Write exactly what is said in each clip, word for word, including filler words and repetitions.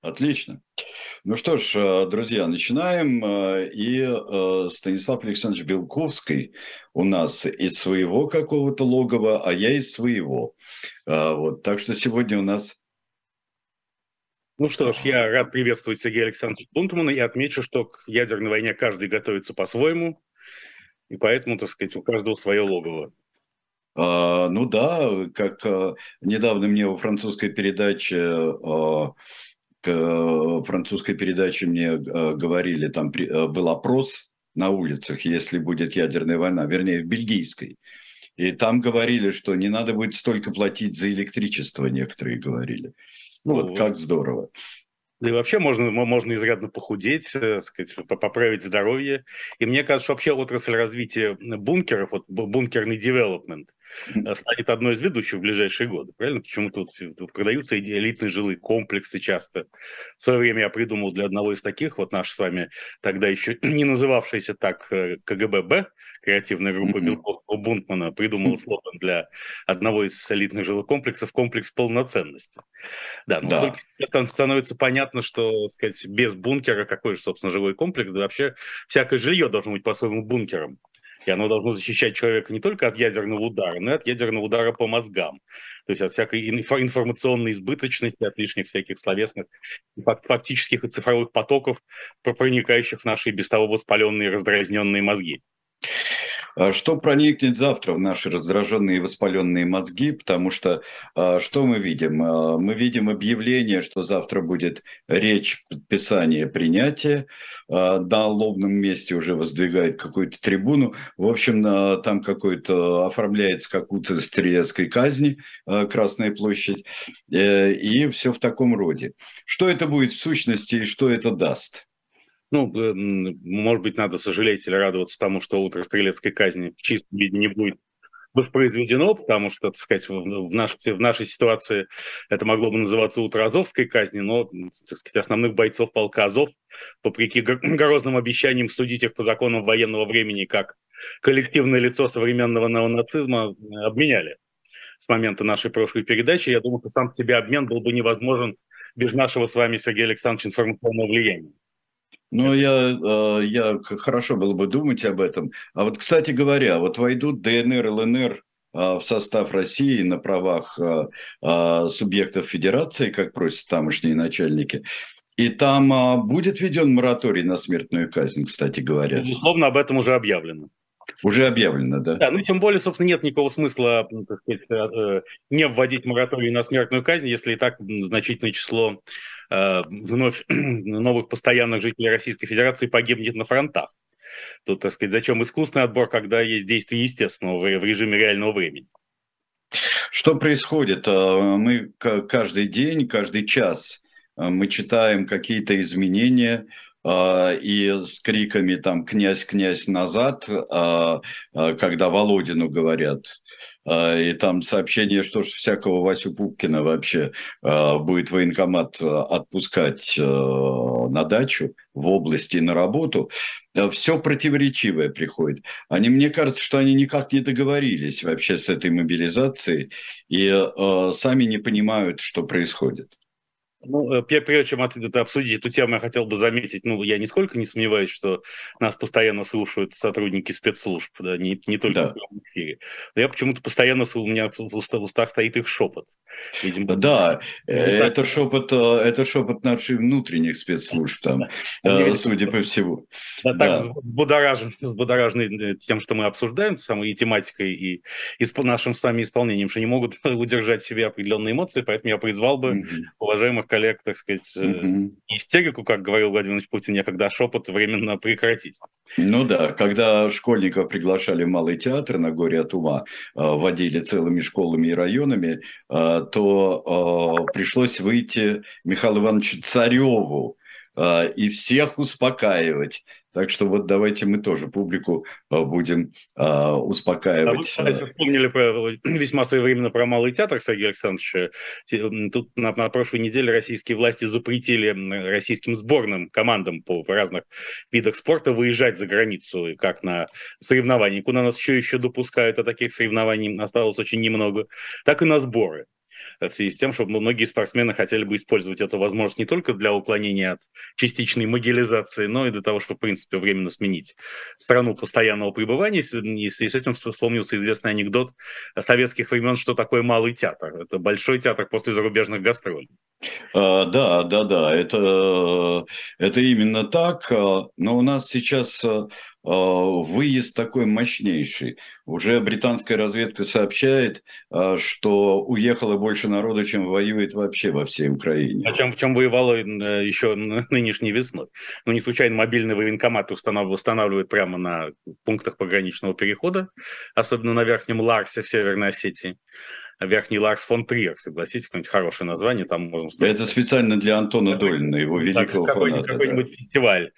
Отлично. Ну что ж, э, друзья, начинаем. э, И э, Станислав Александрович Белковский у нас из своего какого-то логова, а я из своего. А, Вот. Так что сегодня у нас... Ну что ж, я рад приветствовать Сергея Александровича Бунтмана и отмечу, что к ядерной войне каждый готовится по-своему, и поэтому, так сказать, у каждого свое логово. а, Ну да, как э, недавно мне во французской передаче... э, к э, французской передаче мне э, говорили, там при- э, был опрос на улицах, если будет ядерная война, вернее, в бельгийской. И там говорили, что не надо будет столько платить за электричество, некоторые говорили. Вот Ну, как здорово. да и вообще можно, мо- можно изрядно похудеть, э, так сказать, по- поправить здоровье. И мне кажется, что вообще отрасль развития бункеров, вот бу- бункерный девелопмент, э, станет одной из ведущих в ближайшие годы. Правильно? Почему тут тут продаются эти элитные жилые комплексы часто. В свое время я придумал для одного из таких, вот наш с вами тогда еще не называвшаяся так э, КГБ-Б, креативная группа Мгм. Белковского Бунтмана, придумала слоган для одного из элитных жилых комплексов — комплекс полноценности. Да, но вот только Да. сейчас там становится понятно, что, так сказать, без бункера какой же, собственно, жилой комплекс, да вообще всякое жилье должно быть по-своему бункером. И оно должно защищать человека не только от ядерного удара, но и от ядерного удара по мозгам. То есть от всякой инфо- информационной избыточности, от лишних всяких словесных, фак- фактических и цифровых потоков, про- проникающих в наши без того воспаленные, раздразненные мозги. А что проникнет завтра в наши раздраженные и воспаленные мозги? Потому что а, что мы видим? А, Мы видим объявление, что завтра будет речь, подписание, принятие. А, На лобном месте уже воздвигает какую-то трибуну. В общем, а, там какой-то оформляется какую-то стрелецкой казни, а, Красная площадь. Э, И все в таком роде. Что это будет в сущности и что это даст? Ну, э, м, может быть, надо сожалеть или радоваться тому, что утро стрелецкой казни в чистом виде не будет воспроизведено, потому что, так сказать, в, в, наш, в нашей ситуации это могло бы называться утро Азовской казни, но, так сказать, основных бойцов полка Азов, вопреки грозным обещаниям судить их по законам военного времени как коллективное лицо современного неонацизма, обменяли с момента нашей прошлой передачи. Я думаю, что сам по себе обмен был бы невозможен без нашего с вами, Сергея Александровича, информационного влияния. Ну, я, э, я к- хорошо было бы думать об этом. А вот, кстати говоря, вот войдут ДНР, ЛНР а, в состав России на правах а, а, субъектов федерации, как просят тамошние начальники. И там а, будет введен мораторий на смертную казнь, кстати говоря. Безусловно, об этом уже объявлено. Уже объявлено, да? Да, ну тем более, собственно, нет никакого смысла, ну, так сказать, э, э, не вводить мораторий на смертную казнь, если и так м, значительное число э, вновь новых постоянных жителей Российской Федерации погибнет на фронтах. Тут, так сказать, зачем искусственный отбор, когда есть действие естественного в, в режиме реального времени? Что происходит? А, Мы к- каждый день, каждый час а, мы читаем какие-то изменения, а, и с криками там «князь, князь, назад», а, а, когда Володину говорят, а, и там сообщение, что ж всякого Васю Пупкина вообще а, будет военкомат а, отпускать а, на дачу в области на работу. Все противоречивое приходит. Они, мне кажется, что они никак не договорились вообще с этой мобилизацией и э, сами не понимают, что происходит. Ну, э, пе- прежде чем от- это обсудить эту тему, я хотел бы заметить, ну, я нисколько не сомневаюсь, что нас постоянно слушают сотрудники спецслужб, да, не, не только в Да, прямом эфире. Но я почему-то постоянно, с- у меня в уста- в устах стоит их шепот. Видимо, да, э, не так, это шепот, э, это шепот наших внутренних спецслужб там, они, э, видимо, судя по всему. да, так Да. взбудоражены, взбудоражены тем, что мы обсуждаем, самой и тематикой, и, и с нашим с вами исполнением, что не могут удержать в себе определенные эмоции, поэтому я призвал бы Мгм. уважаемых коллег, так сказать, э, Мгм. истерику, как говорил Владимир Владимирович Путин, некогда шепот временно прекратить. Ну да, когда школьников приглашали в Малый театр на «Горе от ума», э, водили целыми школами и районами, э, то э, пришлось выйти Михаилу Ивановичу Цареву э, и всех успокаивать. Так что вот давайте мы тоже публику э, будем э, А вы, успокаивать. кстати, вспомнили про, весьма своевременно про Малый театр, Сергей Александрович. Э, Тут на, на прошлой неделе российские власти запретили м, российским сборным командам по в разных видах спорта выезжать за границу, как на соревнования, куда нас еще еще допускают, а таких соревнований осталось очень немного, так и на сборы. в связи с тем, что многие спортсмены хотели бы использовать эту возможность не только для уклонения от частичной могилизации, но и для того, чтобы, в принципе, временно сменить страну постоянного пребывания. И в связи с этим вспомнился известный анекдот советских времен, что такое малый театр. Это большой театр после зарубежных гастролей. А, да, да, да, это, это именно так, а, но у нас сейчас а, выезд такой мощнейший. Уже британская разведка сообщает, а, что уехало больше народу, чем воюет вообще во всей Украине. О чем, в чем воевало еще нынешней весной. Ну, не случайно мобильные военкоматы устанавливают прямо на пунктах пограничного перехода, особенно на Верхнем Ларсе в Северной Осетии. Верхний Ларс фон Триер, согласитесь, какое-нибудь хорошее название, там можно сказать. Это специально для Антона Долина, его великого так, фаната. Какой-нибудь да. фестиваль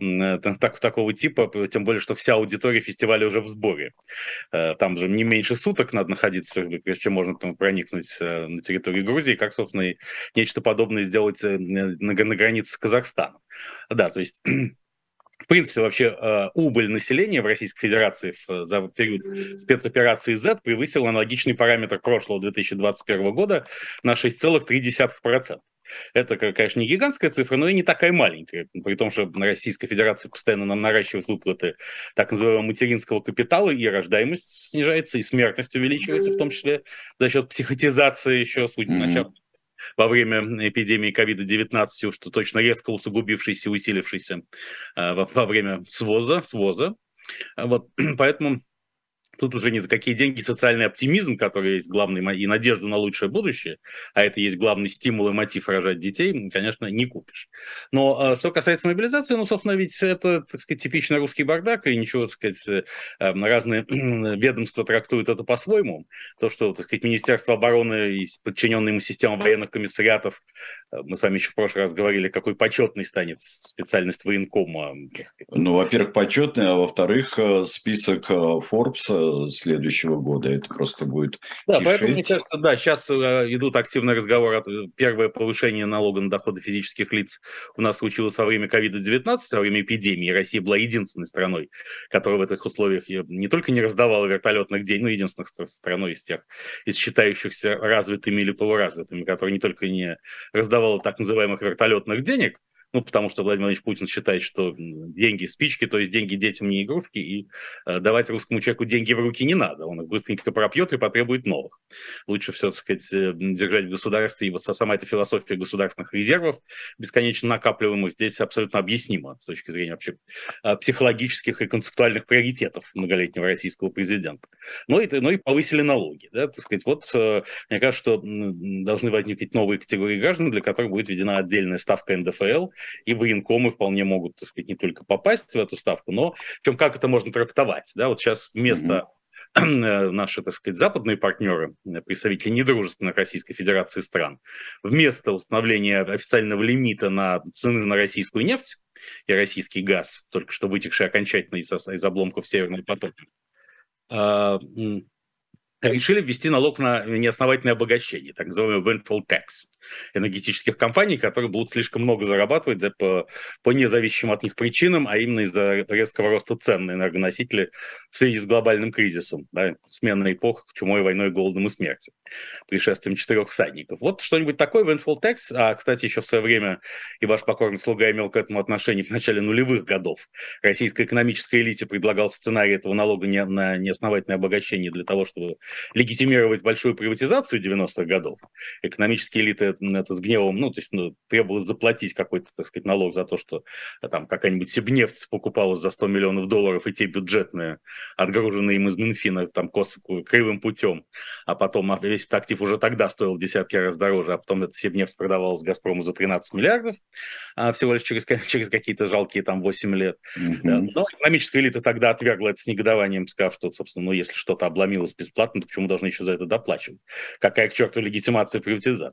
так, такого типа, тем более, что вся аудитория фестиваля уже в сборе. Там же не меньше суток надо находиться, прежде чем можно там проникнуть на территорию Грузии, как, собственно, и нечто подобное сделать на, на границе с Казахстаном. Да, то есть... В принципе, вообще убыль населения в Российской Федерации за период спецоперации Z превысила аналогичный параметр прошлого две тысячи двадцать первого года на шесть целых три десятых процента. Это, конечно, не гигантская цифра, но и не такая маленькая. При том, что Российская Федерация постоянно нам наращивает выплаты так называемого материнского капитала, и рождаемость снижается, и смертность увеличивается, в том числе за счет психотизации еще, судя начав во время эпидемии ковид девятнадцать, уж что точно резко усугубившейся и усилившейся э, во, во время своза, своза. Вот, поэтому тут уже ни за какие деньги социальный оптимизм, который есть главный, и надежду на лучшее будущее, а это есть главный стимул и мотив рожать детей, конечно, не купишь. Но что касается мобилизации, ну, собственно, ведь это, так сказать, типичный русский бардак, и ничего, так сказать, разные ведомства трактуют это по-своему. То, что, так сказать, Министерство обороны и подчиненные ему система военных комиссариатов, мы с вами еще в прошлый раз говорили, какой почетный станет специальность военкома. Ну, во-первых, почетный, а во-вторых, список Forbes следующего года. Это просто будет Да, кишеть. Поэтому, мне кажется, да, сейчас э, идут активные разговоры. Первое повышение налога на доходы физических лиц у нас случилось во время ковид девятнадцать, во время эпидемии. Россия была единственной страной, которая в этих условиях не только не раздавала вертолетных денег, но и единственной страной из тех, из считающихся развитыми или полуразвитыми, которая не только не раздавала так называемых вертолетных денег, ну, потому что Владимир Владимирович Путин считает, что деньги спички, то есть деньги детям не игрушки, и э, давать русскому человеку деньги в руки не надо. Он их быстренько пропьет и потребует новых. Лучше все, так сказать, держать в государстве. И вот сама эта философия государственных резервов, бесконечно накапливаемых, здесь абсолютно объяснима с точки зрения вообще психологических и концептуальных приоритетов многолетнего российского президента. Ну и, ну и повысили налоги. Да, так сказать, вот э, мне кажется, что должны возникнуть новые категории граждан, для которых будет введена отдельная ставка эн дэ эф эл, и военкомы вполне могут, так сказать, не только попасть в эту ставку, но в чем, как это можно трактовать. Да? Вот сейчас вместо mm-hmm. наши, так сказать, западные партнеры, представители недружественных Российской Федерации стран, вместо установления официального лимита на цены на российскую нефть и российский газ, только что вытекший окончательно из, из обломков Северного потока, решили ввести налог на неосновательное обогащение, так называемый windfall tax, энергетических компаний, которые будут слишком много зарабатывать за, по, по независимым от них причинам, а именно из-за резкого роста цен на энергоносители в связи с глобальным кризисом, да, сменной эпох, чумой, войной, голодом и смертью, пришествием четырех всадников. Вот что-нибудь такое, windfall tax, а, кстати, еще в свое время и ваш покорный слуга имел к этому отношение в начале нулевых годов. Российской экономической элите предлагал сценарий этого налога не, на неосновательное обогащение для того, чтобы легитимировать большую приватизацию девяностых годов. Экономические элиты это с гневом, ну, то есть ну, требовалось заплатить какой-то, так сказать, налог за то, что там какая-нибудь Сибнефть покупалась за сто миллионов долларов, и те бюджетные, отгруженные им из Минфина там косвенным, кривым путем, а потом весь этот актив уже тогда стоил в десятки раз дороже, а потом эта Сибнефть продавалась Газпрому за тринадцать миллиардов, а всего лишь через, через какие-то жалкие там восемь лет. Mm-hmm. Да. Но экономическая элита тогда отвергла это с негодованием, сказав, что, собственно, ну, если что-то обломилось бесплатно, то почему должны еще за это доплачивать? Какая к черту легитимация приватизации? А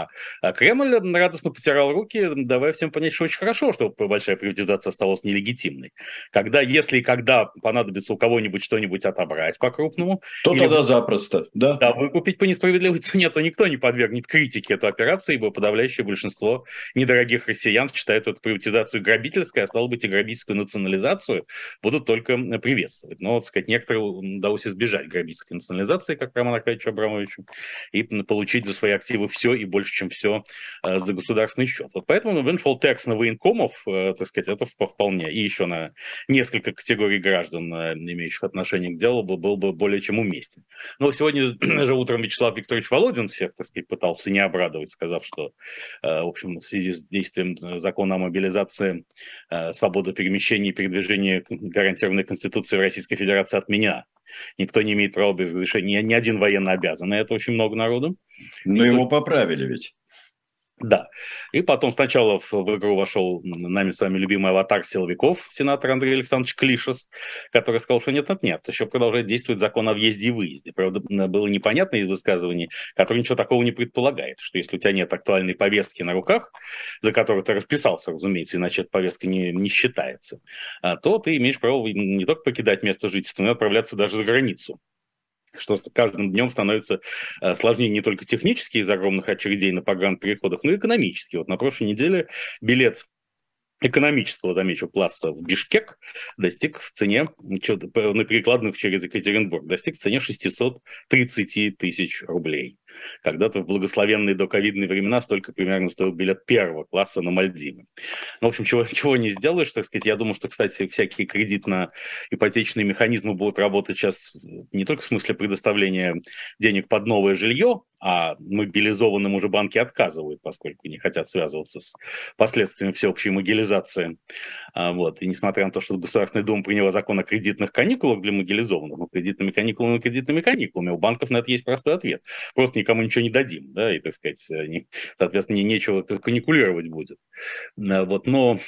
Кремль радостно потирал руки, давая всем понять, что очень хорошо, что большая приватизация оставалась нелегитимной. Когда, если и когда понадобится у кого-нибудь что-нибудь отобрать по-крупному, То или тогда запросто, да. Да, выкупить по несправедливой цене, то никто не подвергнет критике эту операцию, ибо подавляющее большинство недорогих россиян считают эту приватизацию грабительской, а стало быть, и грабительскую национализацию будут только приветствовать. Но, так сказать, некоторым удалось избежать грабительской национализации, как Роману Аркадьевичу Абрамовичу, и получить за свои активы все и больше, чем все э, за государственный счет. Вот поэтому windfall tax на военкомов, э, так сказать, это вполне, и еще на несколько категорий граждан, э, имеющих отношение к делу, был, был бы более чем уместен. Но сегодня же утром Вячеслав Викторович Володин всех, так сказать, пытался не обрадовать, сказав, что, в общем, в связи с действием закона о мобилизации свобода перемещения и передвижения, гарантированной Конституцией Российской Федерации, отменена. Никто не имеет права без разрешения, ни один военно обязан. И это очень много народу. Но и его тут... поправили ведь. Да. И потом сначала в, в игру вошел нами с вами любимый аватар силовиков, сенатор Андрей Александрович Клишес, который сказал, что нет-нет-нет, еще продолжает действовать закон о въезде и выезде. Правда, было непонятно из высказываний, который ничего такого не предполагает, что если у тебя нет актуальной повестки на руках, за которую ты расписался, разумеется, иначе эта повестка не, не считается, то ты имеешь право не только покидать место жительства, но и отправляться даже за границу. Что с каждым днем становится э, сложнее не только технически из-за огромных очередей на погранпереходах, но и экономически. Вот на прошлой неделе билет экономического, замечу, класса в Бишкек достиг в цене, на перекладных через Екатеринбург, достиг в цене шестьсот тридцать тысяч рублей. Когда-то в благословенные доковидные времена столько примерно стоил билет первого класса на Мальдивы. Ну, в общем, чего, чего не сделаешь, так сказать. Я думаю, что, кстати, всякие кредитно-ипотечные механизмы будут работать сейчас не только в смысле предоставления денег под новое жилье, а мобилизованным уже банки отказывают, поскольку не хотят связываться с последствиями всеобщей могилизации. А, вот. И несмотря на то, что Государственная Дума приняла закон о кредитных каникулах для могилизованных, ну, кредитными каникулами и кредитными каникулами, у банков на это есть простой ответ. Просто никому ничего не дадим, да, и, так сказать, не, соответственно, не, нечего каникулировать будет. Вот, но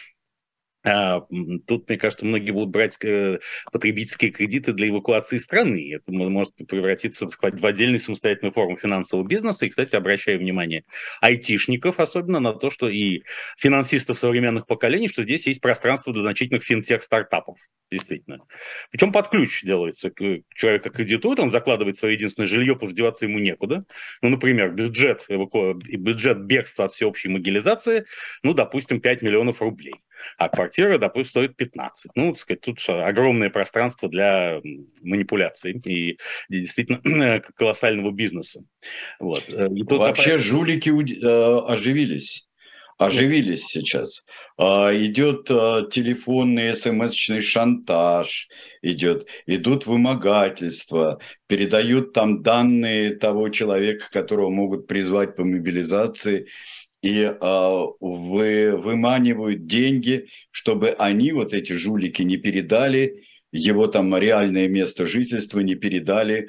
а, тут, мне кажется, многие будут брать э, потребительские кредиты для эвакуации страны. Это может превратиться, так сказать, в отдельную самостоятельную форму финансового бизнеса. И, кстати, обращаю внимание айтишников особенно на то, что и финансистов современных поколений, что здесь есть пространство для значительных финтех-стартапов. Действительно. Причем под ключ делается. Человек кредитует, он закладывает свое единственное жилье, потому что деваться ему некуда. Ну, например, бюджет, эваку... бюджет бегства от всеобщей могилизации, ну, допустим, пять миллионов рублей. А квартира, допустим, стоит пятнадцать. Ну, так сказать, тут огромное пространство для манипуляций и действительно колоссального бизнеса. Вот. И тут Вообще опять... жулики оживились. Оживились сейчас. Идет телефонный смс-очный шантаж, идет, идут вымогательства, передают там данные того человека, которого могут призвать по мобилизации, и э, вы, выманивают деньги, чтобы они, вот эти жулики, не передали его там реальное место жительства, не передали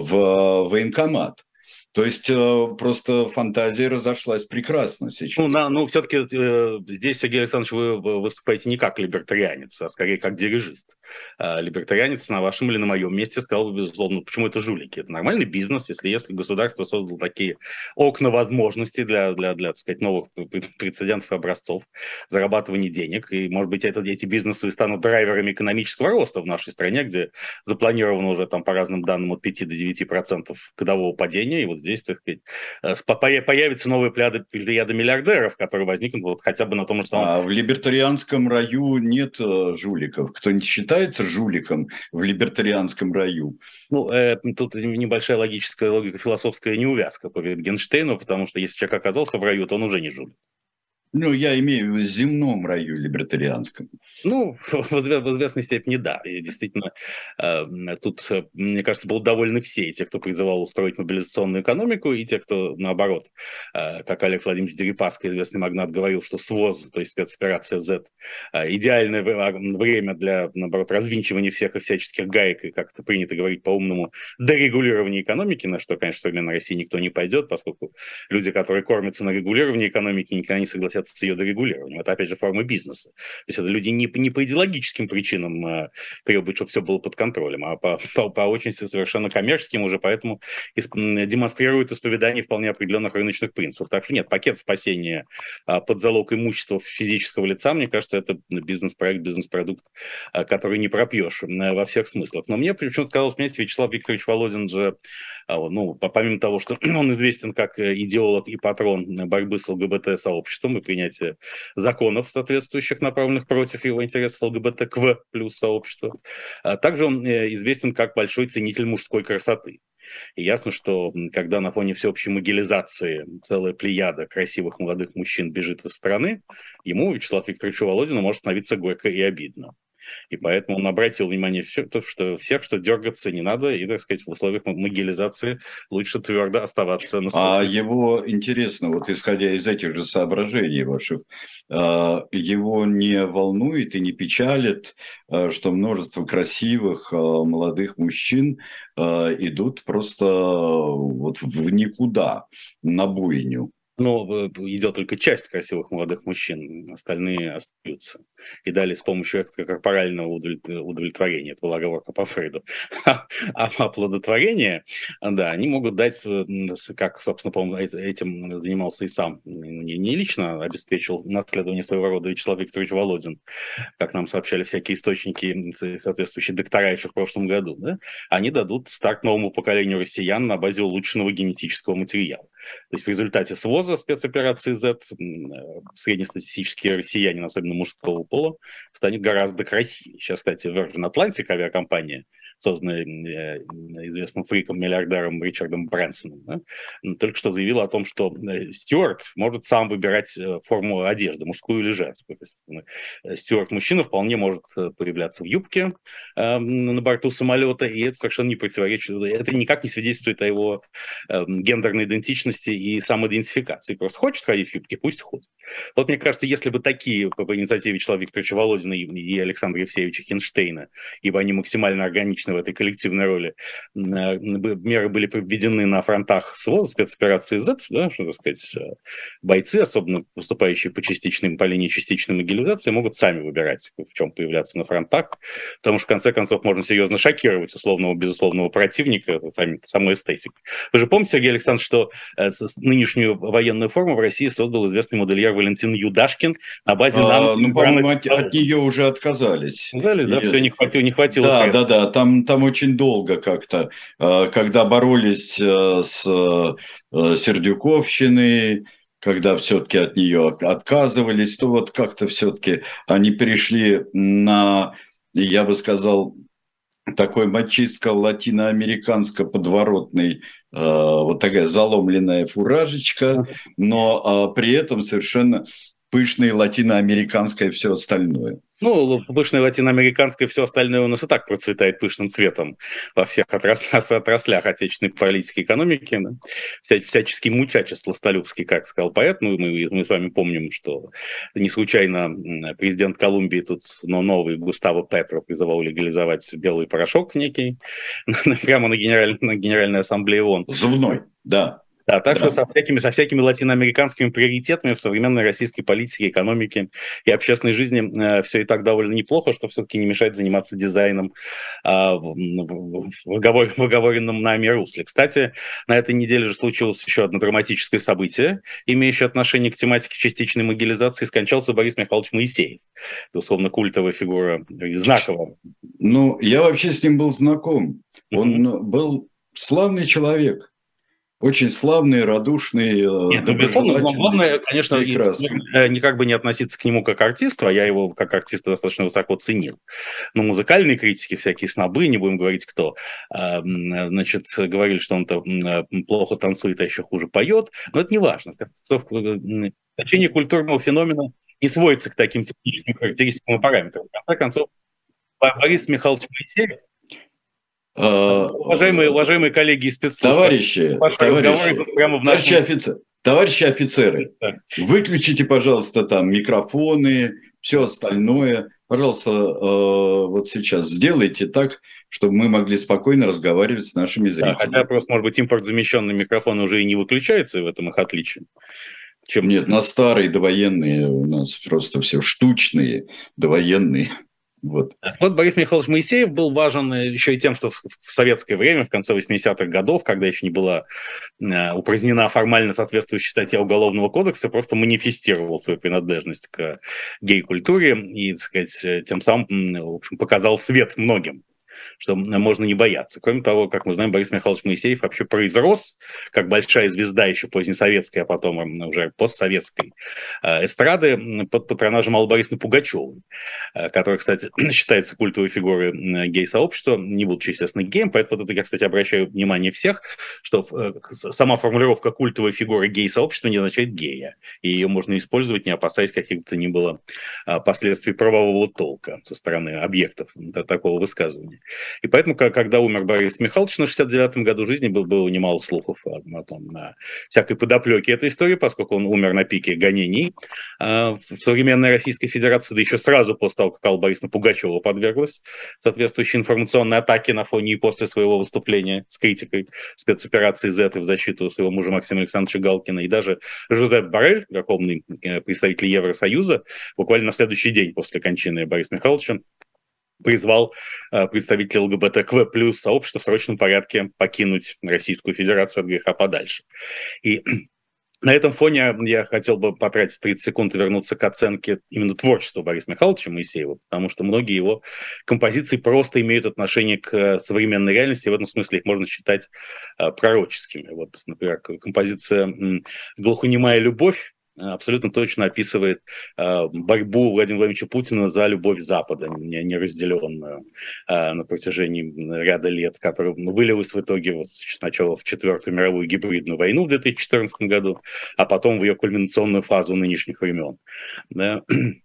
в военкомат. То есть э, просто фантазия разошлась прекрасно сейчас. Ну, на, ну все-таки э, здесь, Сергей Александрович, вы выступаете не как либертарианец, а скорее как дирижист. Э, либертарианец на вашем или на моем месте сказал, безусловно, почему это жулики. Это нормальный бизнес, если, если государство создало такие окна возможностей для, для, для так сказать, новых прецедентов и образцов зарабатывания денег. И, может быть, это, эти бизнесы станут драйверами экономического роста в нашей стране, где запланировано уже там по разным данным от пяти до девяти процентов годового падения. И вот здесь, так сказать, появится новая плеяда, плеяда миллиардеров, которые возникнут вот хотя бы на том же самом... А в либертарианском раю нет жуликов. Кто-нибудь считается жуликом в либертарианском раю? Ну, э, тут небольшая логическая, логика, философская неувязка по Wittgenstein'у, потому что если человек оказался в раю, то он уже не жулик. Ну, я имею в виду земном раю либертарианском. Ну, в известной степени да. И действительно, тут, мне кажется, были довольны все, и те, кто призывал устроить мобилизационную экономику, и те, кто, наоборот, как Олег Владимирович Дерипаска, известный магнат, говорил, что СВОЗ, то есть спецоперация Z, идеальное время для, наоборот, развинчивания всех и всяческих гаек, и, как это принято говорить по-умному, дерегулирования экономики, на что, конечно, в современной России никто не пойдет, поскольку люди, которые кормятся на регулировании экономики, никогда не согласятся с ее дорегулированием. Это, опять же, форма бизнеса. То есть это люди, не не, не по идеологическим причинам э, требует, чтобы все было под контролем, а по, по, по очень совершенно коммерческим уже, поэтому исп, демонстрирует исповедание вполне определенных рыночных принципов. Так что нет, пакет спасения э, под залог имущества физического лица, мне кажется, это бизнес-проект, бизнес-продукт, э, который не пропьешь э, во всех смыслах. Но мне почему-то казалось, понимаете, Вячеслав Викторович Володин же, э, ну, помимо того, что он известен как идеолог и патрон борьбы с ЛГБТ-сообществом и принятия законов, соответствующих, направленных против его интересов ЛГБТКВ плюс сообщества. Также он известен как большой ценитель мужской красоты. И ясно, что когда на фоне всеобщей могилизации целая плеяда красивых молодых мужчин бежит из страны, ему, Вячеславу Викторовичу Володину, может становиться горько и обидно. И поэтому он обратил внимание все, что, всех, что дергаться не надо, и, так сказать, в условиях могилизации лучше твердо оставаться на службе. А его, интересно, вот исходя из этих же соображений ваших, его не волнует и не печалит, что множество красивых молодых мужчин идут просто вот в никуда, на бойню? Но идет только часть красивых молодых мужчин, остальные остаются. И далее с помощью экстракорпорального удовлетворения, это была оговорка по Фрейду, а оплодотворение, да, они могут дать, как, собственно, по-моему, этим занимался и сам, не, не лично обеспечил наследование своего рода Вячеслав Викторович Володин, как нам сообщали всякие источники, соответствующие доктора еще в прошлом году, да, они дадут старт новому поколению россиян на базе улучшенного генетического материала. То есть в результате СВОЗа, спецоперации Z, среднестатистический россиянин, особенно мужского пола, станет гораздо красивее. Сейчас, кстати, Virgin Atlantic, авиакомпания, созданная известным фриком-миллиардером Ричардом Брэнсоном, да, только что заявила о том, что стюард может сам выбирать форму одежды, мужскую или женскую. То есть стюард-мужчина вполне может появляться в юбке э, на борту самолета, и это совершенно не противоречит, это никак не свидетельствует о его э, гендерной идентичности и самоидентификации. Просто хочет ходить в юбке, пусть ходит. Вот мне кажется, если бы такие по инициативе Вячеслава Викторовича Володина и, и Александра Евсеевича Хинштейна, ибо они максимально органичны в этой коллективной роли, меры были введены на фронтах СВОЗ, спецоперации Z, да, что, так сказать, бойцы, особенно выступающие по частичным, по линии частичной могилизации, могут сами выбирать, в чем появляться на фронтах, потому что, в конце концов, можно серьезно шокировать условного, безусловного противника самой эстетикой. Вы же помните, Сергей Александрович, что нынешнюю военную форму в России создал известный модельер Валентин Юдашкин на базе... А, ну, по-моему, от, от нее уже отказались. Сказали, да, и... все, не хватило, не хватило Да, средств. да, да, там, там очень долго как-то, когда боролись с Сердюковщиной, когда все-таки от нее отказывались, то вот как-то все-таки они перешли на, я бы сказал, такой мачистско-латиноамериканско-подворотный, вот такая заломленная фуражечка, но при этом совершенно пышное латиноамериканское все остальное. Ну, пышное латиноамериканское и все остальное у нас и так процветает пышным цветом во всех отраслях, отраслях отечественной политики и экономики. Да? Вся, всяческий мучачество Столюбский, как сказал поэт. Ну, мы, мы с вами помним, что не случайно президент Колумбии тут, но новый Густаво Петро призывал легализовать белый порошок некий прямо на, генераль, на Генеральной Ассамблее ООН. Зубной, да. Да, так да. что со всякими, со всякими латиноамериканскими приоритетами в современной российской политике, экономике и общественной жизни э, все и так довольно неплохо, что все-таки не мешает заниматься дизайном э, в, в, оговор, в оговоренном нами русле. Кстати, на этой неделе же случилось еще одно драматическое событие, имеющее отношение к тематике частичной могилизации. Скончался Борис Михайлович Моисеев, безусловно, культовая фигура, знаковая. Ну, я вообще с ним был знаком. Он mm-hmm. был славный человек. Очень славный, радушный, Нет, ну, безусловно, главное, конечно, не как бы не относиться к нему как артисту, а я его как артиста достаточно высоко ценил. Но музыкальные критики, всякие снобы, не будем говорить кто, значит, говорили, что он-то плохо танцует, а еще хуже поет, но это не важно. Значение культурного феномена не сводится к таким техническим характеристикам и параметрам. В конце концов, Борис Михайлович Моисеев, Уважаемые, уважаемые коллеги из спецслужб, товарищи, товарищи, прямо в нашем... товарищи, офицер, товарищи офицеры, да. Выключите, пожалуйста, там микрофоны, все остальное. Пожалуйста, вот сейчас сделайте так, чтобы мы могли спокойно разговаривать с нашими зрителями. Да, хотя просто, может быть, импортзамещенный микрофон уже и не выключается, и в этом их отличие. Чем... Нет, на старые довоенные у нас просто все штучные довоенные. Вот. Вот Борис Михайлович Моисеев был важен еще и тем, что в советское время, в конце восьмидесятых годов, когда еще не была упразднена формально соответствующая статья Уголовного кодекса, просто манифестировал свою принадлежность к гей-культуре и, так сказать, тем самым, в общем, показал свет многим, что можно не бояться. Кроме того, как мы знаем, Борис Михайлович Моисеев вообще произрос как большая звезда еще позднесоветской, а потом уже постсоветской эстрады под патронажем Аллы Борисовны Пугачевой, которая, кстати, считается культовой фигурой гей-сообщества, не будучи, естественно, геем. Поэтому вот это я, кстати, обращаю внимание всех, что сама формулировка культовой фигуры гей-сообщества не означает гея. И ее можно использовать, не опасаясь каких-то ни было последствий правового толка со стороны объектов такого высказывания. И поэтому, когда умер Борис Михайлович на шестьдесят девятом году жизни, было, было немало слухов о, о том, о всякой подоплеке этой истории, поскольку он умер на пике гонений э, в современной Российской Федерации, да еще сразу после того, как Алла Борисовна Пугачева подверглась соответствующей информационной атаке на фоне и после своего выступления с критикой спецоперации Z в защиту своего мужа Максима Александровича Галкина. И даже Жозеп Боррель, верховный представитель Евросоюза, буквально на следующий день после кончины Бориса Михайловича, призвал э, представителей ЛГБТК плюс сообщества в срочном порядке покинуть Российскую Федерацию от греха подальше. И на этом фоне я хотел бы потратить тридцать секунд и вернуться к оценке именно творчества Бориса Михайловича Моисеева, потому что многие его композиции просто имеют отношение к современной реальности, и в этом смысле их можно считать э, пророческими. Вот, например, композиция «Глухонемая любовь» абсолютно точно описывает э, борьбу Владимира Владимировича Путина за любовь Запада, неразделенную э, на протяжении ряда лет, которая вылилась в итоге вот, сначала в Четвертую мировую гибридную войну в две тысячи четырнадцатом году, а потом в ее кульминационную фазу нынешних времен. Да?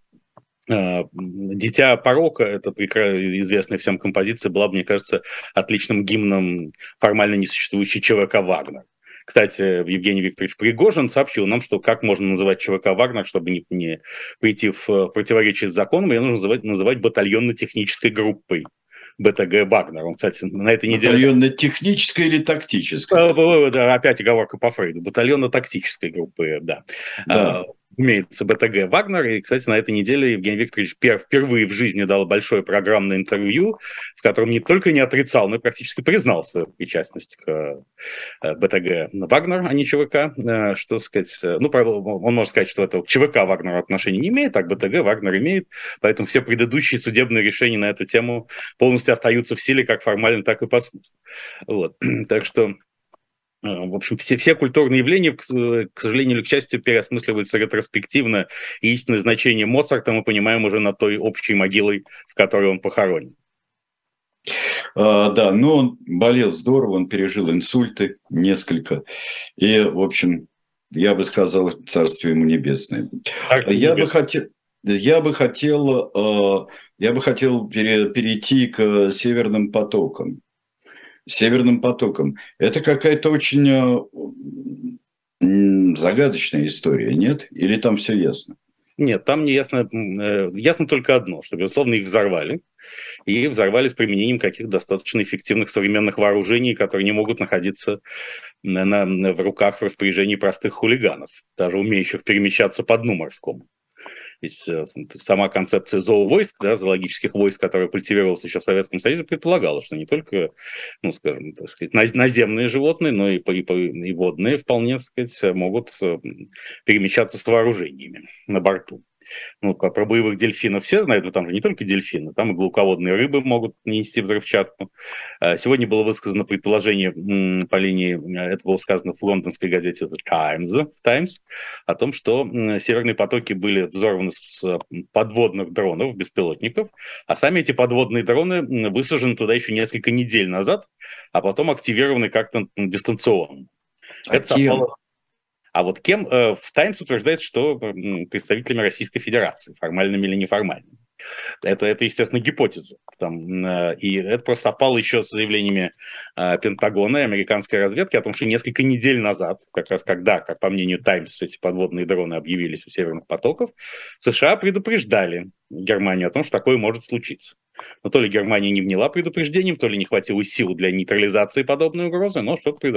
«Дитя порока», это известная всем композиция, была, мне кажется, отличным гимном формально несуществующей ЧВК «Вагнер». Кстати, Евгений Викторович Пригожин сообщил нам, что как можно называть ЧВК «Вагнер», чтобы не, не прийти в противоречие с законом, ее нужно называть, называть батальонно-технической группой. БТГ «Вагнер». Он, кстати, на этой неделе... Батальонно-технической или тактической? Опять оговорка по Фрейду. Батальонно-тактической группы, да. Да. Имеется БТГ «Вагнер». И, кстати, на этой неделе Евгений Викторович впервые в жизни дал большое программное интервью, в котором не только не отрицал, но и практически признал свою причастность к БТГ «Вагнер», а не ЧВК. Что сказать? Ну, он может сказать, что это к ЧВК «Вагнер» отношения не имеет, а к БТГ «Вагнер» имеет. Поэтому все предыдущие судебные решения на эту тему полностью остаются в силе как формально, так и по смыслу. Вот. Так что... В общем, все, все культурные явления, к, к сожалению или к счастью, переосмысливаются ретроспективно, и истинное значение Моцарта мы понимаем уже над той общей могилой, в которой он похоронен. А, да, но он болел здорово, он пережил инсульты несколько, и, в общем, я бы сказал, царствие ему небесное. Царствие я, небесное. Бы хотел, я бы хотел, я бы хотел перейти к «Северным потокам». Северным потоком. Это какая-то очень э, загадочная история, нет? Или там все ясно? Нет, там не ясно. Э, ясно только одно, что, безусловно, их взорвали. И взорвали с применением каких-то достаточно эффективных современных вооружений, которые не могут находиться на, на, в руках, в распоряжении простых хулиганов, даже умеющих перемещаться по дну морскому. Ведь сама концепция зоовойск, да, зоологических войск, которая культивировалась еще в Советском Союзе, предполагала, что не только, ну, скажем, так сказать, наземные животные, но и, и, и водные вполне, так сказать, могут перемещаться с вооружениями на борту. Ну, про боевых дельфинов все знают, но там же не только дельфины, там и глубоководные рыбы могут нести взрывчатку. Сегодня было высказано предположение по линии, это было сказано в лондонской газете The Times, Times о том, что северные потоки были взорваны с подводных дронов, беспилотников, а сами эти подводные дроны высажены туда еще несколько недель назад, а потом активированы как-то дистанционно. А это кем? совпало... А вот кем э, в «Таймс» утверждается, что э, представителями Российской Федерации, формальными или неформальными. Это, это естественно, гипотеза. Там, э, и это просто совпало еще с заявлениями э, Пентагона и американской разведки о том, что несколько недель назад, как раз когда, как по мнению «Таймс», эти подводные дроны объявились у северных потоков, США предупреждали Германию о том, что такое может случиться. Но то ли Германия не вняла предупреждением, то ли не хватило сил для нейтрализации подобной угрозы, но что-то произошло.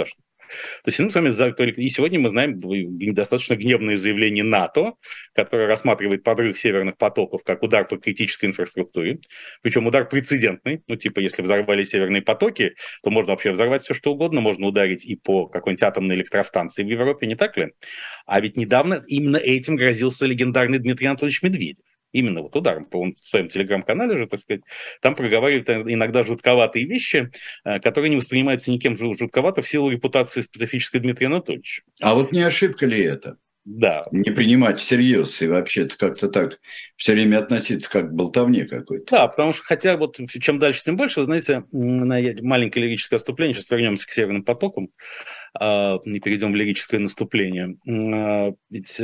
То есть, ну, с вами, и сегодня мы знаем достаточно гневные заявления НАТО, которое рассматривает подрыв северных потоков как удар по критической инфраструктуре, причем удар прецедентный, ну, типа, если взорвали северные потоки, то можно вообще взорвать все, что угодно, можно ударить и по какой-нибудь атомной электростанции в Европе, не так ли? А ведь недавно именно этим грозился легендарный Дмитрий Анатольевич Медведев. Именно вот ударом, он в своем телеграм-канале же, так сказать, там проговаривает иногда жутковатые вещи, которые не воспринимаются никем жутковато в силу репутации специфической Дмитрия Анатольевича. А вот не ошибка ли это? Да. Не принимать всерьез и вообще-то как-то так все время относиться как к болтовне какой-то. Да, потому что, хотя вот чем дальше, тем больше, вы знаете, маленькое лирическое отступление, сейчас вернемся к Северным потокам, не перейдем в лирическое наступление. Ведь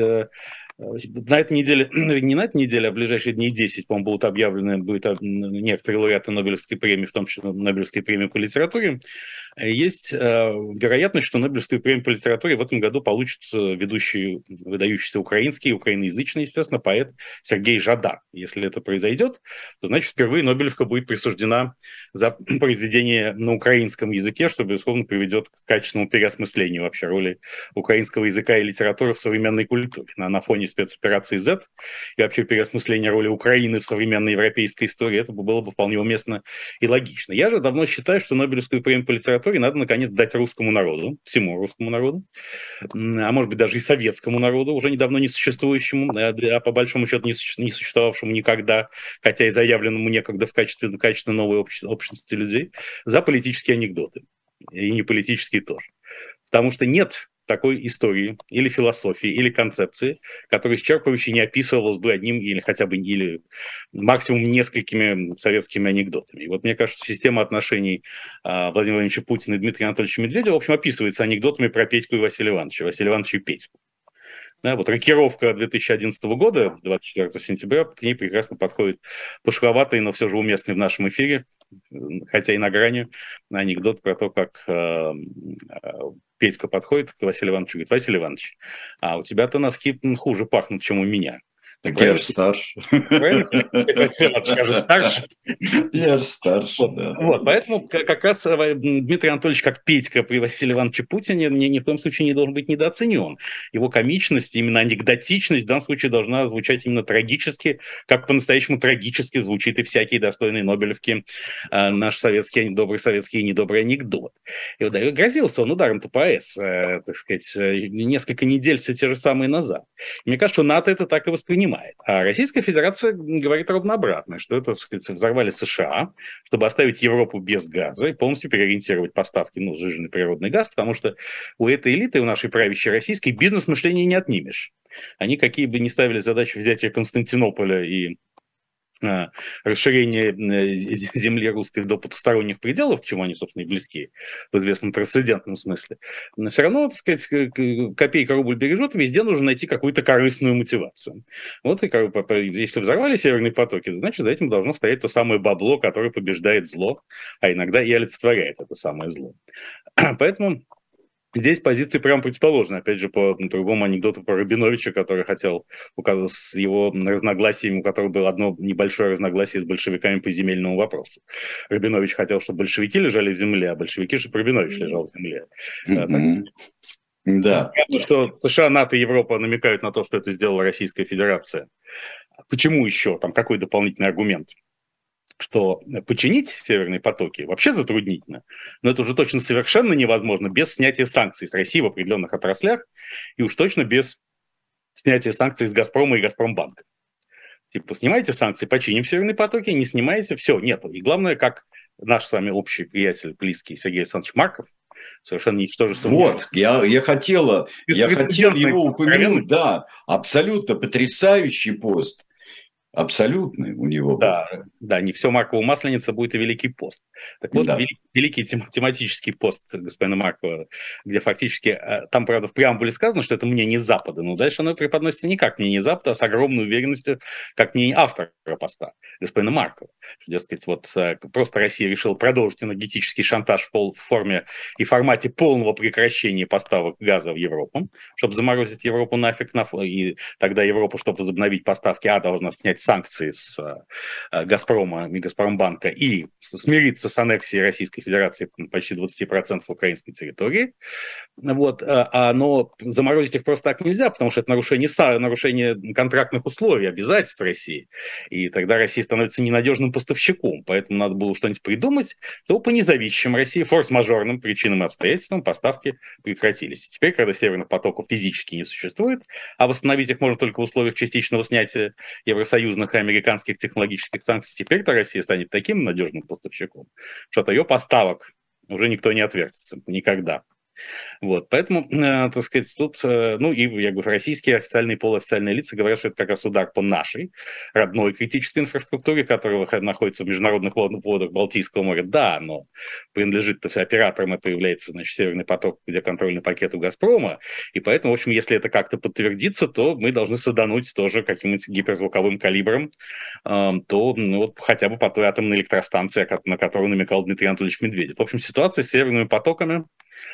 на этой неделе, не на этой неделе, а в ближайшие дни десять, по-моему, будут объявлены будут некоторые лауреаты Нобелевской премии, в том числе Нобелевской премии по литературе. Есть вероятность, что Нобелевскую премию по литературе в этом году получит ведущий, выдающийся украинский, украиноязычный, естественно, поэт Сергей Жадан. Если это произойдет, то, значит, впервые Нобелевка будет присуждена за произведение на украинском языке, что, безусловно, приведет к качественному переосмыслению вообще роли украинского языка и литературы в современной культуре. На, на фоне спецоперации Z и вообще переосмысления роли Украины в современной европейской истории, это было бы вполне уместно и логично. Я же давно считаю, что Нобелевскую премию по литературе надо, наконец, дать русскому народу, всему русскому народу, а может быть, даже и советскому народу, уже недавно не существующему, а по большому счету не существовавшему никогда, хотя и заявленному некогда в качестве, в качестве новой общности людей, за политические анекдоты. И не политические тоже. Потому что нет такой истории или философии, или концепции, которая исчерпывающе не описывалась бы одним или хотя бы или максимум несколькими советскими анекдотами. И вот мне кажется, система отношений а, Владимира Владимировича Путина и Дмитрия Анатольевича Медведева, в общем, описывается анекдотами про Петьку и Василия Ивановича, Василия Ивановича и Петьку. Да, вот рокировка две тысячи одиннадцатого года, двадцать четвёртого сентября, к ней прекрасно подходит пошловатый, но все же уместный в нашем эфире, хотя и на грани, анекдот про то, как э, Петька подходит к Василию Ивановичу и говорит: Василий Иванович, а у тебя-то носки хуже пахнут, чем у меня. Так я же старше. Я же старше. Я же старше, вот, да. Вот, поэтому как раз Дмитрий Анатольевич, как Петька при Василии Ивановиче Путине, ни, ни в коем случае не должен быть недооценен. Его комичность, именно анекдотичность в данном случае должна звучать именно трагически, как по-настоящему трагически звучит и всякие достойные Нобелевки э, наш советский, добрый советский и недобрый анекдот. И вот, да, грозился он ударом ТПС, э, так сказать, э, несколько недель все те же самые назад. И мне кажется, что НАТО это так и воспринимает. А Российская Федерация говорит ровно обратное, что это, так сказать, взорвали США, чтобы оставить Европу без газа и полностью переориентировать поставки, ну, сжиженный природный газ, потому что у этой элиты, у нашей правящей российской, бизнес-мышления не отнимешь. Они, какие бы ни ставили задачи взятия Константинополя и расширение земли русской до потусторонних пределов, к чему они, собственно, и близки в известном трансцендентном смысле, но все равно, так сказать, копейка рубль бережет, везде нужно найти какую-то корыстную мотивацию. Вот и если взорвали северные потоки, значит, за этим должно стоять то самое бабло, которое побеждает зло, а иногда и олицетворяет это самое зло. Поэтому здесь позиции прямо противоположны. Опять же, по другому анекдоту про Рабиновича, который хотел, с его разногласиями, у которого было одно небольшое разногласие с большевиками по земельному вопросу. Рабинович хотел, чтобы большевики лежали в земле, а большевики, чтобы Рабинович лежал в земле. Mm-hmm. Да. Понятно, что США, НАТО и Европа намекают на то, что это сделала Российская Федерация. Почему еще? Там какой дополнительный аргумент? Что починить северные потоки вообще затруднительно, но это уже точно совершенно невозможно без снятия санкций с России в определенных отраслях и уж точно без снятия санкций с Газпрома и Газпромбанка. Типа, снимаете санкции, починим северные потоки, не снимаете, все, нету. И главное, как наш с вами общий приятель, близкий Сергей Александрович Марков, совершенно ничтожество. Вот, я, я, хотела, я хотел его упомянуть, да, абсолютно потрясающий пост. Абсолютный у него. Да, был. Да, не все Маркова масленица, будет и Великий пост. Так вот, да. великий, великий тем, тематический пост господина Маркова, где фактически, там, правда, в преамбуле сказано, что это мне не Запада, но дальше оно преподносится не как мне не Запада, а с огромной уверенностью, как мне автора поста, господина Маркова. Что, дескать, вот просто Россия решила продолжить энергетический шантаж в, пол, в форме и формате полного прекращения поставок газа в Европу, чтобы заморозить Европу нафиг, нафиг и тогда Европа, чтобы возобновить поставки, а должна снять санкции с «Газпрома» и «Газпромбанка» и смириться с аннексией Российской Федерации почти двадцать процентов украинской территории. Вот, но заморозить их просто так нельзя, потому что это нарушение, нарушение контрактных условий, обязательств России. И тогда Россия становится ненадежным поставщиком. Поэтому надо было что-нибудь придумать, то по независимым России форс-мажорным причинам и обстоятельствам поставки прекратились. Теперь, когда северных потоков физически не существует, а восстановить их можно только в условиях частичного снятия евросоюзных и американских технологических санкций, теперь-то Россия станет таким надежным поставщиком, что от ее поставок уже никто не отвертится. Никогда. Вот, поэтому, э, так сказать, тут, э, ну, и, я говорю, российские официальные и полуофициальные лица говорят, что это как раз удар по нашей родной критической инфраструктуре, которая находится в международных водах Балтийского моря. Да, но принадлежит операторам, это является, значит, Северный поток, где контрольный пакет у «Газпрома», и поэтому, в общем, если это как-то подтвердится, то мы должны садануть тоже каким-нибудь гиперзвуковым калибром, э, то, ну, вот, хотя бы по той атомной электростанции, на которую намекал Дмитрий Анатольевич Медведев. В общем, ситуация с северными потоками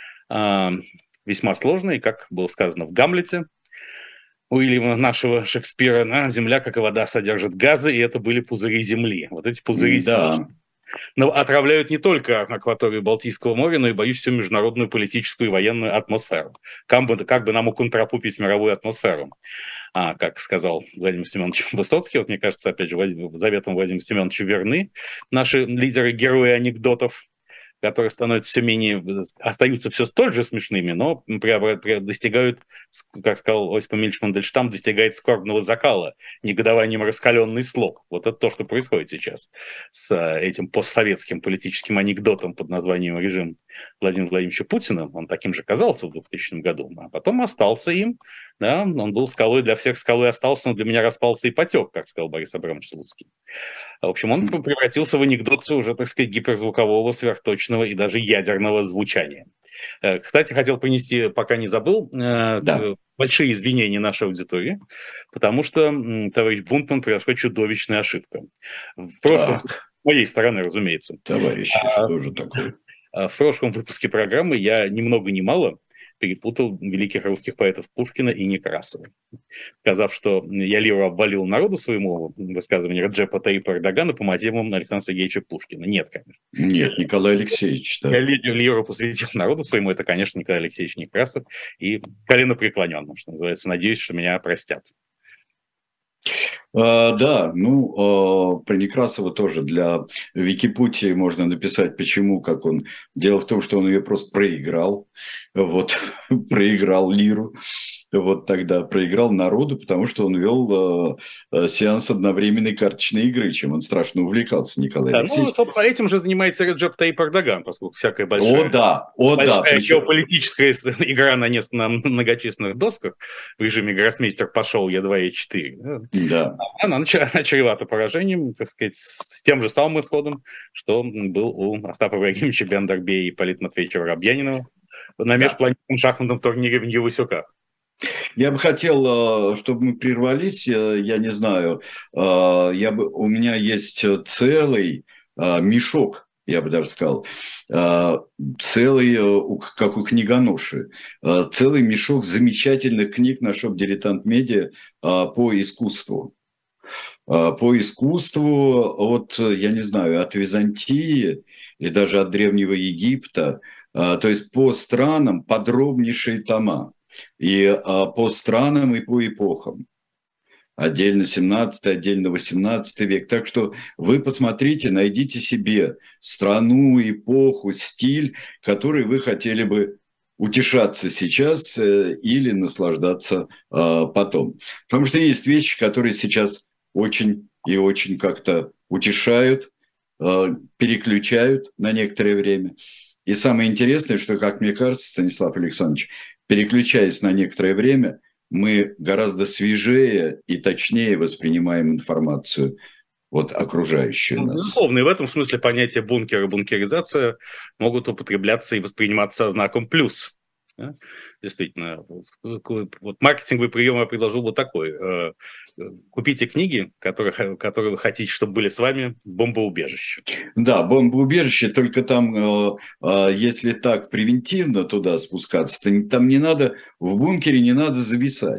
весьма сложно, и, как было сказано в «Гамлете» Уильяма нашего Шекспира, земля, как и вода, содержит газы, и это были пузыри земли. Вот эти пузыри да. земли но отравляют не только акваторию Балтийского моря, но и, боюсь, всю международную политическую и военную атмосферу. Как бы, как бы нам уконтрапупить мировую атмосферу? А, как сказал Владимир Семенович Высоцкий, вот мне кажется, опять же, заветом Владимира Семеновича верны наши лидеры-герои анекдотов, которые становятся все менее, остаются все столь же смешными, но достигают, как сказал Осип Эмильевич Мандельштам, достигает скорбного закала, негодованием раскаленный слог. Вот это то, что происходит сейчас с этим постсоветским политическим анекдотом под названием «Режим Владимира Владимировича Путина». Он таким же казался в двухтысячном году, а потом остался им. Да, он был скалой, для всех скалой остался, но для меня распался и потек, как сказал Борис Абрамович Слуцкий. В общем, он превратился в анекдот уже, так сказать, гиперзвукового, сверхточного и даже ядерного звучания. Кстати, хотел принести, пока не забыл, да. большие извинения нашей аудитории, потому что товарищ Бунтман произошла чудовищная ошибка. В прошлом, с моей стороны, разумеется. Товарищи, а, что же такое? В прошлом выпуске программы я ни много ни мало перепутал великих русских поэтов Пушкина и Некрасова, сказав, что я лиру обвалил народу своему высказыванию Реджепа Таyyипа Эрдогана по мотивам Александра Сергеевича Пушкина. Нет, конечно. Нет, Николай Алексеевич. Да. Я лиру посвятил народу своему, это, конечно, Николай Алексеевич Некрасов, и коленопреклоненным, что называется. Надеюсь, что меня простят. А, да, ну, а, про Некрасова тоже для Википутии можно написать, почему, как он. Дело в том, что он ее просто проиграл, вот, проиграл лиру, вот тогда проиграл народу, потому что он вел а, сеанс одновременной карточной игры, чем он страшно увлекался, Николай да, Алексеевич. Ну, собственно, этим же занимается Реджеп Таyyип Эрдоган, поскольку всякая большая, о, да, о, большая да, причем... геополитическая игра на, несколько, на многочисленных досках в режиме «Гроссмейстер пошел, я два, я четыре». Да. Она, она чревата поражением, так сказать, с тем же самым исходом, что был у Остапа Ибрагимовича Бендербея и Ипполита Матвеевича Воробьянинова на межпланетном шахматном турнире в Нью-Васюках. Я бы хотел, чтобы мы прервались, я не знаю, я бы, у меня есть целый мешок, я бы даже сказал, целый, как у книгоноши, целый мешок замечательных книг на Шоп-Дилетант Медиа по искусству. По искусству от, я не знаю, от Византии и даже от Древнего Египта, то есть по странам подробнейшие тома. И по странам, и по эпохам. Отдельно семнадцатый, отдельно восемнадцатый век. Так что вы посмотрите, найдите себе страну, эпоху, стиль, который вы хотели бы утешаться сейчас или наслаждаться потом. Потому что есть вещи, которые сейчас очень и очень как-то утешают, переключают на некоторое время. И самое интересное, что, как мне кажется, Станислав Александрович, переключаясь на некоторое время, мы гораздо свежее и точнее воспринимаем информацию вот, окружающую нас. Безусловно, и в этом смысле понятия бункер и бункеризация могут употребляться и восприниматься со знаком плюс. Да? Действительно, вот маркетинговый прием я предложил бы такой. Купите книги, которые, которые вы хотите, чтобы были с вами в бомбоубежище. Да, бомбоубежище, только там, если так превентивно туда спускаться, то там не надо, в бункере не надо зависать.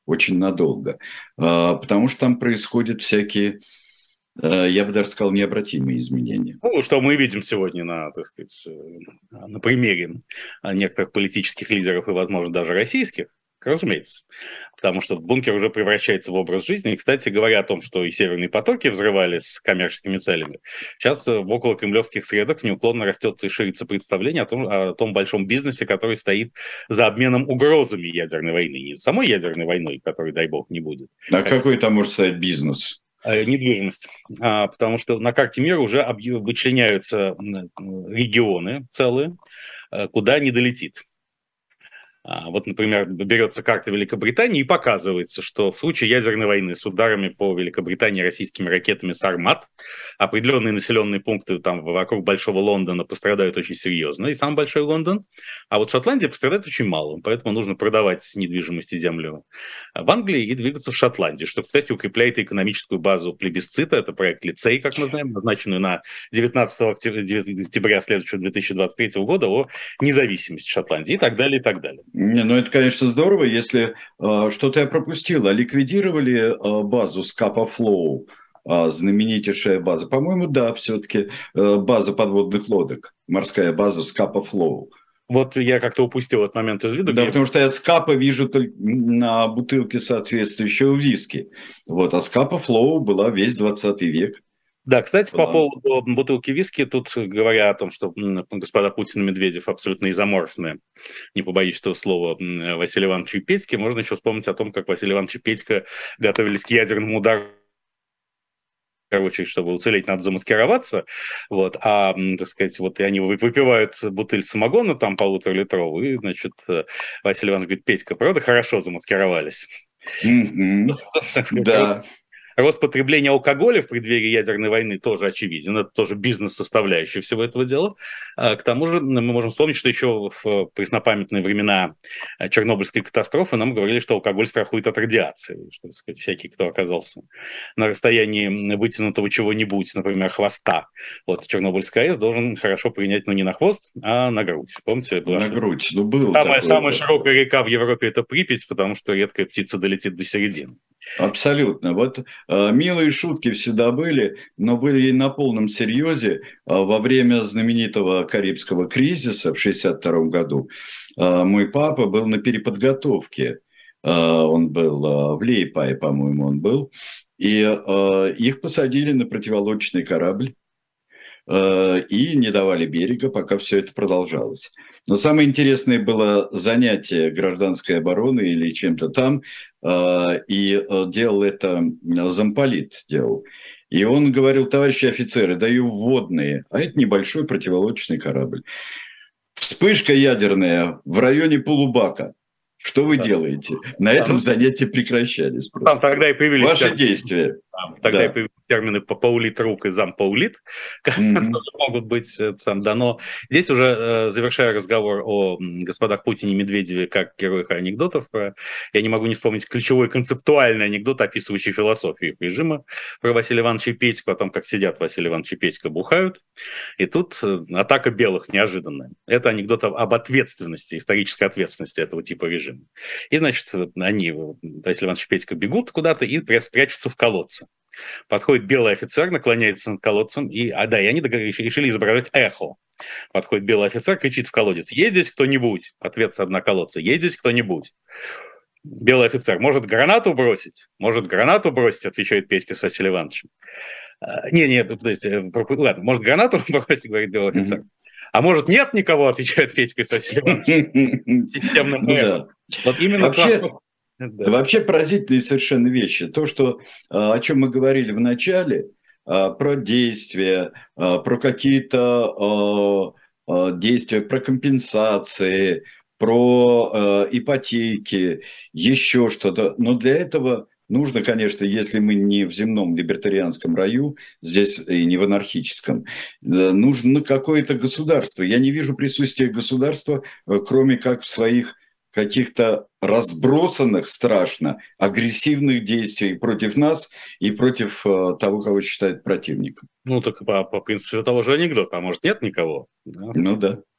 очень надолго, потому что там происходят всякие, я бы даже сказал, необратимые изменения. Ну, что мы видим сегодня на, так сказать, на примере некоторых политических лидеров и, возможно, даже российских, разумеется. Потому что бункер уже превращается в образ жизни. И, кстати, говоря о том, что и северные потоки взрывались с коммерческими целями, сейчас в околокремлевских средах неуклонно растет и ширится представление о том, о том большом бизнесе, который стоит за обменом угрозами ядерной войны. Не самой ядерной войной, которой, дай бог, не будет. А какой там может стоять бизнес? Недвижимость. А, потому что на карте мира уже вычленяются регионы целые, куда не долетит. Вот, например, берется карта Великобритании и показывается, что в случае ядерной войны с ударами по Великобритании российскими ракетами «Сармат» определенные населенные пункты там вокруг Большого Лондона пострадают очень серьезно, и сам Большой Лондон, а вот Шотландия пострадает очень мало, поэтому нужно продавать недвижимость и землю в Англии и двигаться в Шотландию, что, кстати, укрепляет экономическую базу плебисцита. Это проект «Лицей», как мы знаем, назначенный на девятнадцатого октября следующего две тысячи двадцать третьего года о независимости Шотландии и так далее, и так далее. Не, ну это, конечно, здорово, если э, что-то я пропустил. А ликвидировали э, базу Scapa Flow, э, знаменитейшая база? По-моему, да, все-таки э, база подводных лодок, морская база Scapa Flow. Вот я как-то упустил этот момент из виду. Да, потому что я Скапа вижу только на бутылке соответствующего виски. Вот, а Scapa Flow была весь двадцатый век. Да, кстати, по поводу бутылки виски, тут говоря о том, что господа Путин и Медведев абсолютно изоморфны, не побоюсь этого слова, Василий Иванович и Петьки, можно еще вспомнить о том, как Василий Иванович и Петька готовились к ядерному удару. В первую очередь, чтобы уцелеть, надо замаскироваться, вот, а, так сказать, вот и они выпивают бутыль самогона, там, полуторалитровую, и, значит, Василий Иванович говорит: Петька, правда, хорошо замаскировались? Да. Рост потребления алкоголя в преддверии ядерной войны тоже очевиден. Это тоже бизнес-составляющая всего этого дела. К тому же мы можем вспомнить, что еще в преснопамятные времена Чернобыльской катастрофы нам говорили, что алкоголь страхует от радиации. Что, так сказать, всякий, кто оказался на расстоянии вытянутого чего-нибудь, например, хвоста от Чернобыльской АЭС, должен хорошо принять, ну, не на хвост, а на грудь. Помните? На грудь. Ну, был самая, такой. Самая широкая река в Европе – это Припять, потому что редкая птица долетит до середины. Абсолютно. Вот э, милые шутки всегда были, но были и на полном серьезе. Э, во время знаменитого Карибского кризиса в шестьдесят втором году э, мой папа был на переподготовке. Э, он был э, в Лейпае, по-моему, он был. И э, их посадили на противолодочный корабль э, и не давали берега, пока все это продолжалось. Но самое интересное было занятие гражданской обороны или чем-то там, и делал это замполит, делал. И он говорил: товарищи офицеры, даю вводные, а это небольшой противолодочный корабль. Вспышка ядерная в районе полубака. Что вы да. делаете? На этом да. занятия прекращались. Там тогда и появились ваши термины. действия. Там, тогда да. и появились термины по паулит-рук и зампаулит, которые mm-hmm. могут быть там, да. Но здесь уже, завершая разговор о господах Путине и Медведеве как героях анекдотов, я не могу не вспомнить ключевой концептуальный анекдот, описывающий философию их режима, про Василия Ивановича и Петьку, о том, как сидят Василий Иванович и Петька, бухают. И тут атака белых неожиданная. Это анекдот об ответственности, исторической ответственности этого типа режима. И, значит, они, Василий Иванович и Петька, бегут куда-то и спрячутся в колодце. Подходит белый офицер, наклоняется над колодцем, и, а да, и они решили изображать эхо. Подходит белый офицер, кричит в колодец: есть здесь кто-нибудь? Ответ с дна колодца: есть здесь кто-нибудь? Белый офицер: может гранату бросить? Может гранату бросить, отвечает Петька с Василием Ивановичем. Не-не, подождите, ладно, может гранату бросить, говорит белый офицер. А может, нет никого, отвечает Петька с Василием Ивановичем. Системным эхом. Вот именно вообще, да. вообще поразительные совершенно вещи. То, что, о чем мы говорили в начале, про действия, про какие-то действия, про компенсации, про ипотеки, еще что-то. Но для этого нужно, конечно, если мы не в земном либертарианском раю, здесь и не в анархическом, нужно какое-то государство. Я не вижу присутствия государства, кроме как в своих каких-то разбросанных страшно агрессивных действий против нас и против того, кого считают противником. Ну, так по, по принципу того же анекдота, а может, нет никого? Да? Ну да.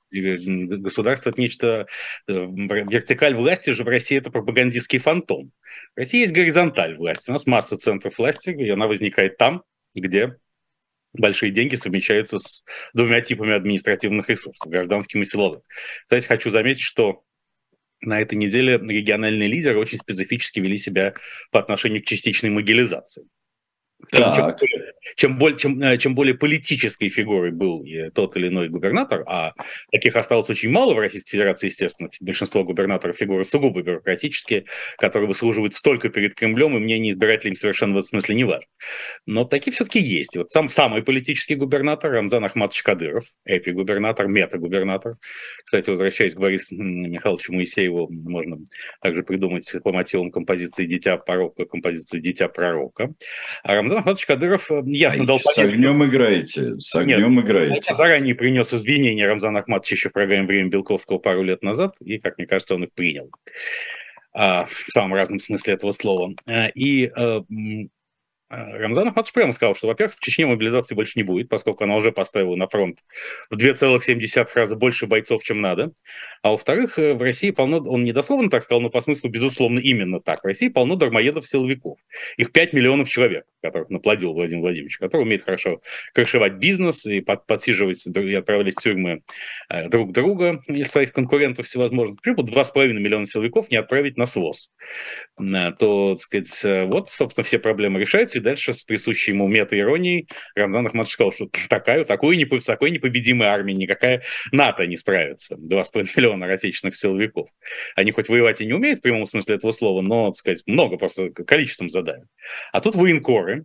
Государство – это нечто… Вертикаль власти же в России – это пропагандистский фантом. В России есть горизонталь власти. У нас масса центров власти, и она возникает там, где большие деньги совмещаются с двумя типами административных ресурсов – гражданским и силовым. Кстати, хочу заметить, что на этой неделе региональные лидеры очень специфически вели себя по отношению к частичной могилизации. Чем, чем, более, чем, чем более политической фигурой был тот или иной губернатор, а таких осталось очень мало в Российской Федерации, естественно, большинство губернаторов фигуры сугубо бюрократические, которые выслуживают столько перед Кремлем, и мнение избирателей им совершенно в этом смысле не важно. Но такие все-таки есть. Вот сам, самый политический губернатор Рамзан Ахматович Кадыров, эпигубернатор, метагубернатор. Кстати, возвращаясь к Борису Михайловичу Моисееву, можно также придумать по мотивам композиции «Дитя пророка» композицию «Дитя пророка». А Рамзан Ахматович Кадыров ясно а дал понять. С огнем играете, с огнем Нет, играете. Я заранее принес извинения Рамзана Ахматовича еще в программе «Время Белковского» пару лет назад, и, как мне кажется, он их принял. А, в самом разном смысле этого слова. И а, Рамзан Ахматович прямо сказал, что, во-первых, в Чечне мобилизации больше не будет, поскольку она уже поставила на фронт в два целых семь десятых раза больше бойцов, чем надо. А во-вторых, в России полно, он не дословно так сказал, но по смыслу, безусловно, именно так. В России полно дармоедов-силовиков. Их пять миллионов человек, которых наплодил Владимир Владимирович, которые умеют хорошо крышевать бизнес и под, подсиживать и отправлять в тюрьмы друг друга и своих конкурентов всевозможных. Почему два с половиной миллиона силовиков не отправить на СВОЗ? То, так сказать, вот, собственно, все проблемы решаются. И дальше с присущей ему мета-иронией Рамзан Ахматович сказал, что такая, такой, с такой непобедимой армией никакая НАТО не справится. Два с половиной миллиона отечественных силовиков. Они хоть воевать и не умеют в прямом смысле этого слова, но, так сказать, много просто количеством задают. А тут военкоры,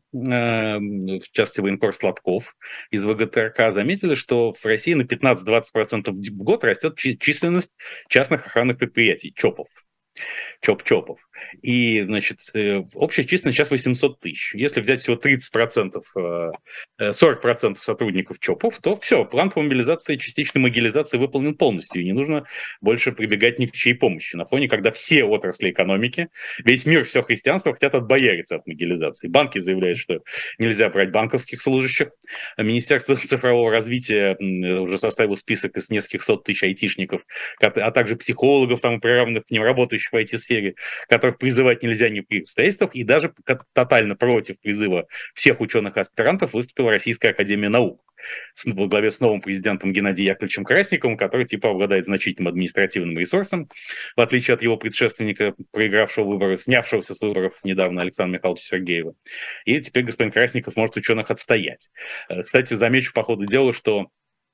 в частности военкор Сладков из ВГТРК, заметили, что в России на пятнадцать-двадцать процентов в год растет численность частных охранных предприятий, ЧОПов. ЧОП-ЧОПов. И, значит, общая численность сейчас восемьсот тысяч. Если взять всего тридцать процентов, сорок процентов сотрудников ЧОПов, то все, план по мобилизации, частичной могилизации выполнен полностью, и не нужно больше прибегать ни к чьей помощи. На фоне, когда все отрасли экономики, весь мир, все христианство хотят отбояриться от могилизации. Банки заявляют, что нельзя брать банковских служащих. Министерство цифрового развития уже составило список из нескольких сот тысяч айтишников, а также психологов, там, приравненных к ним, работающих в ай ти-сфере, которых призывать нельзя ни при обстоятельствах, и даже тотально против призыва всех ученых-аспирантов выступила Российская академия наук во главе с новым президентом Геннадием Яковлевичем Красниковым, который типа обладает значительным административным ресурсом, в отличие от его предшественника, проигравшего выборы, снявшегося с выборов недавно Александра Михайловича Сергеева. И теперь господин Красников может ученых отстоять. Кстати, замечу по ходу дела, что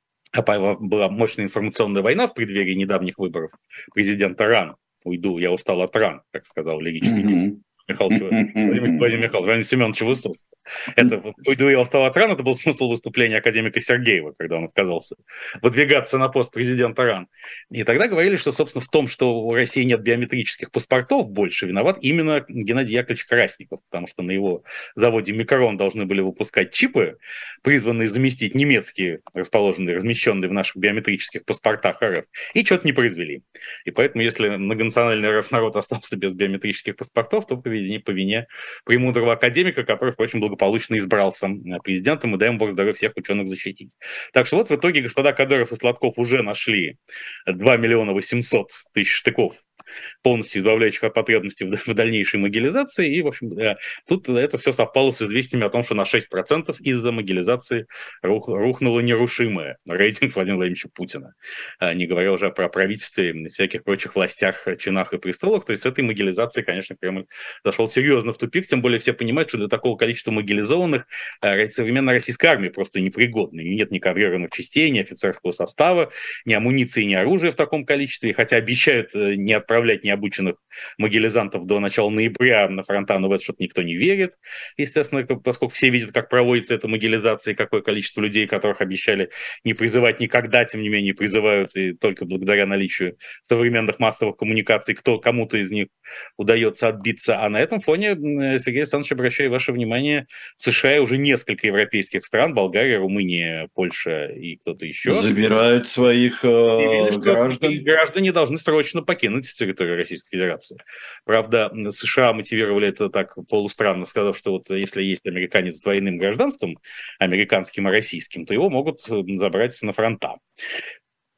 была мощная информационная война в преддверии недавних выборов президента РАН. Уйду, я устал от ран, так сказал лирический mm-hmm. Михайлович, Владимир, Владимир Михайлович, Владимир Семенович Высоцкого. Это «Уйду, я устал от ран» — это был смысл выступления академика Сергеева, когда он отказался выдвигаться на пост президента РАН. И тогда говорили, что, собственно, в том, что у России нет биометрических паспортов, больше виноват именно Геннадий Яковлевич Красников, потому что на его заводе «Микрон» должны были выпускать чипы, призванные заместить немецкие, расположенные, размещенные в наших биометрических паспортах РФ, и что-то не произвели. И поэтому, если многонациональный РФ народ остался без биометрических паспортов, то по по вине премудрого академика, который, впрочем, благополучно избрался президентом, и дай ему Бог здоровья всех ученых защитить. Так что вот в итоге господа Кадыров и Сладков уже нашли два миллиона восемьсот тысяч штыков, полностью избавляющих от потребности в дальнейшей могилизации. И, в общем, тут это все совпало с известиями о том, что на шесть процентов из-за могилизации рух, рухнуло нерушимое рейтинг Владимира Владимировича Путина. Не говоря уже про правительстве и всяких прочих властях, чинах и престолах. То есть с этой могилизацией, конечно, Кремль зашел серьезно в тупик. Тем более все понимают, что для такого количества могилизованных современная российская армия просто непригодна. И нет ни кадрированных частей, ни офицерского состава, ни амуниции, ни оружия в таком количестве. Хотя обещают не отправлять необученных могилизантов до начала ноября на фронта, но в это что-то никто не верит. Естественно, поскольку все видят, как проводится эта могилизация, и какое количество людей, которых обещали не призывать никогда, тем не менее призывают, и только благодаря наличию современных массовых коммуникаций, кто кому-то из них удается отбиться. А на этом фоне, Сергей Александрович, обращаю ваше внимание, США и уже несколько европейских стран, Болгария, Румыния, Польша и кто-то еще, забирают своих э, граждан. Граждане должны срочно покинуть территорию Российской Федерации. Правда, США мотивировали это так полустранно, сказав, что вот если есть американец с двойным гражданством, американским и российским, то его могут забрать на фронта.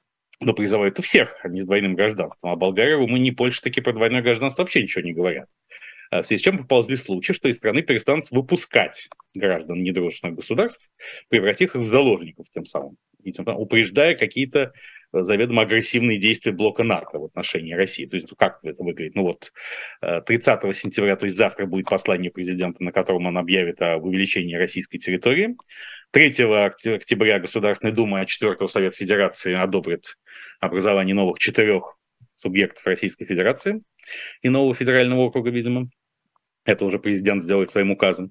но призывают у всех, а не с двойным гражданством. А Болгария, Румыния и Польша таки про двойное гражданство вообще ничего не говорят. В связи с чем поползли слухи, что из страны перестанут выпускать граждан недружественных государств, превратив их в заложников тем самым, и тем самым упреждая какие-то заведомо агрессивные действия блока НАТО в отношении России. То есть как это выглядит? Ну вот тридцатого сентября, то есть завтра будет послание президента, на котором он объявит о увеличении российской территории. третьего октября Государственная Дума, а четвёртого Совет Федерации одобрит образование новых четырех субъектов Российской Федерации и нового федерального округа, видимо. Это уже президент сделает своим указом.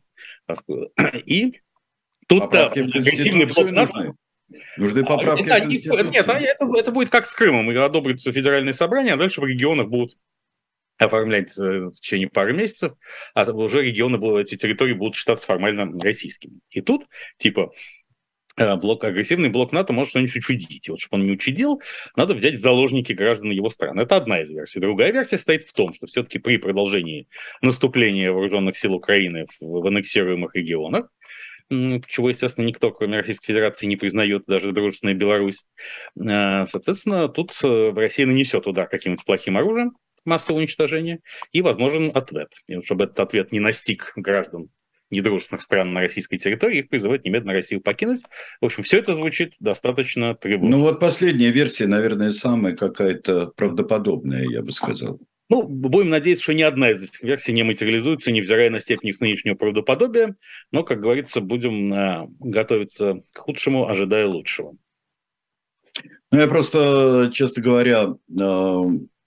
И тут-то агрессивный блок НАТО... Нужны. Нужны поправки а, в Конституцию. Нет, это, это будет как с Крымом. Их одобрит федеральное собрание, а дальше в регионах будут оформлять в течение пары месяцев, а уже регионы, эти территории будут считаться формально российскими. И тут, типа, блок, агрессивный блок НАТО может что-нибудь учудить. И вот, чтобы он не учудил, надо взять в заложники граждан его стран. Это одна из версий. Другая версия стоит в том, что все-таки при продолжении наступления вооруженных сил Украины в, в аннексируемых регионах, чего, естественно, никто, кроме Российской Федерации, не признает, даже дружественная Беларусь, соответственно, тут Россия нанесет удар каким-нибудь плохим оружием массового уничтожения, и возможен ответ. И чтобы этот ответ не настиг граждан недружественных стран на российской территории, их призывают немедленно Россию покинуть. В общем, все это звучит достаточно тревожно. Ну вот последняя версия, наверное, самая какая-то правдоподобная, я бы сказал. Ну, будем надеяться, что ни одна из этих версий не материализуется, невзирая на степень их нынешнего правдоподобия. Но, как говорится, будем э, готовиться к худшему, ожидая лучшего. Ну, я просто, честно говоря, э,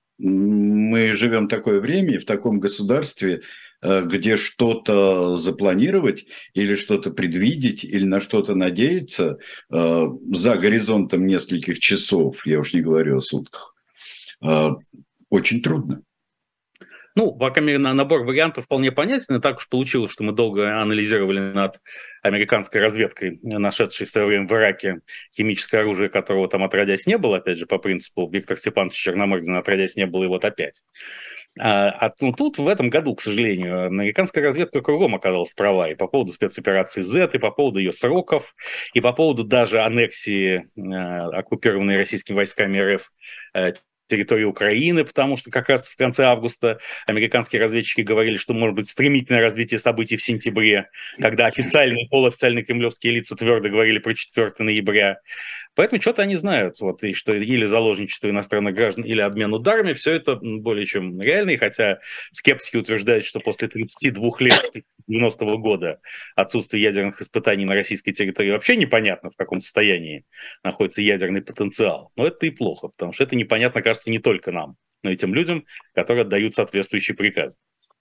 мы живем в такое время, в таком государстве, э, где что-то запланировать или что-то предвидеть, или на что-то надеяться э, за горизонтом нескольких часов, я уж не говорю о сутках, э, очень трудно. Ну, пока набор вариантов вполне понятен. И так уж получилось, что мы долго анализировали над американской разведкой, нашедшей в свое время в Ираке химическое оружие, которого там отродясь не было, опять же, по принципу Виктора Степановича Черномырдина отродясь не было, и вот опять. А, а ну, тут в этом году, к сожалению, американская разведка кругом оказалась права и по поводу спецоперации Z, и по поводу ее сроков, и по поводу даже аннексии э, оккупированной российскими войсками РФ э, территории Украины, потому что как раз в конце августа американские разведчики говорили, что может быть стремительное развитие событий в сентябре, когда официальные и полуофициальные кремлевские лица твердо говорили про четвёртого ноября. Поэтому что-то они знают, вот, и что или заложничество иностранных граждан, или обмен ударами, все это более чем реально, и хотя скептики утверждают, что после тридцати двух лет с девяностого года отсутствие ядерных испытаний на российской территории вообще непонятно, в каком состоянии находится ядерный потенциал. Но это и плохо, потому что это непонятно, кажется, не только нам, но и тем людям, которые отдают соответствующие приказы.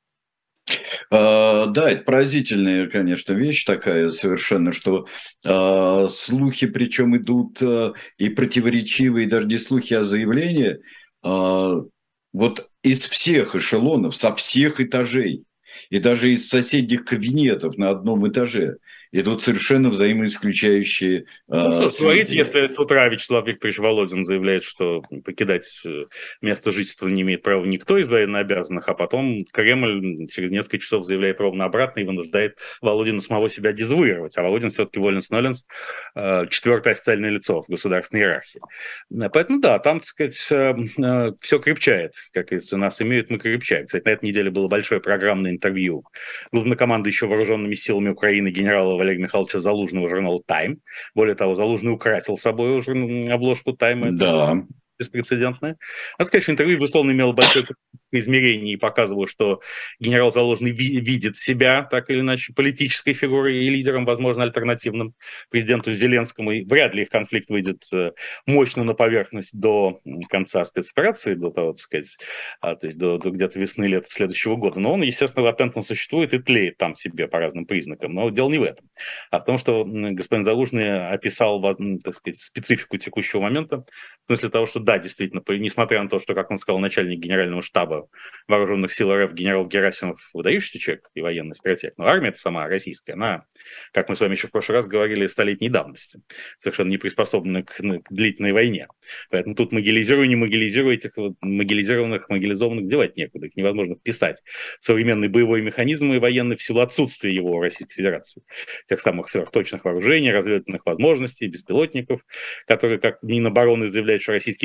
Uh, да, это поразительная, конечно, вещь такая совершенно, что uh, слухи, причем идут uh, и противоречивые, даже не слухи, а заявления, uh, вот из всех эшелонов, со всех этажей, и даже из соседних кабинетов на одном этаже идут совершенно взаимоисключающие Ну, что ж говорить, если с утра Вячеслав Викторович Володин заявляет, что покидать место жительства не имеет права никто из военнообязанных, а потом Кремль через несколько часов заявляет ровно обратно и вынуждает Володина самого себя дезавуировать. А Володин все-таки воленс-ноленс, четвертое официальное лицо в государственной иерархии. Поэтому да, там, так сказать, все крепчает. Как говорится, нас имеют, мы крепчаем. Кстати, на этой неделе было большое программное интервью главнокомандующего вооруженными силами Украины генерала Валерия Михайловича Залужного журнала «Тайм». Более того, Залужный украсил собой уже обложку «Тайма». Да. Беспрецедентное. Надо сказать, что интервью, безусловно, имело большое измерение и показывало, что генерал Залужный ви- видит себя, так или иначе, политической фигурой и лидером, возможно, альтернативным президенту Зеленскому. И вряд ли их конфликт выйдет мощно на поверхность до конца спецоперации, до того, так сказать, а, то есть до, до где-то весны, лета следующего года. Но он, естественно, латентно существует и тлеет там себе по разным признакам. Но дело не в этом, а в том, что господин Залужный описал, так сказать, специфику текущего момента, в смысле того, что да, действительно, несмотря на то, что, как он сказал, начальник генерального штаба вооруженных сил РФ генерал Герасимов выдающийся человек и военный стратег, но армия-то сама российская, она, как мы с вами еще в прошлый раз говорили, столетней давности, совершенно не приспособлена к, ну, к длительной войне. Поэтому тут могилизируй, не могилизируй, этих вот могилизированных, могилизованных девать некуда, их невозможно вписать в современный боевой механизм и военный в силу отсутствия его в Российской Федерации. Тех самых сверхточных вооружений, разведывательных возможностей, беспилотников, которые, как Минобороны заявляют, что российские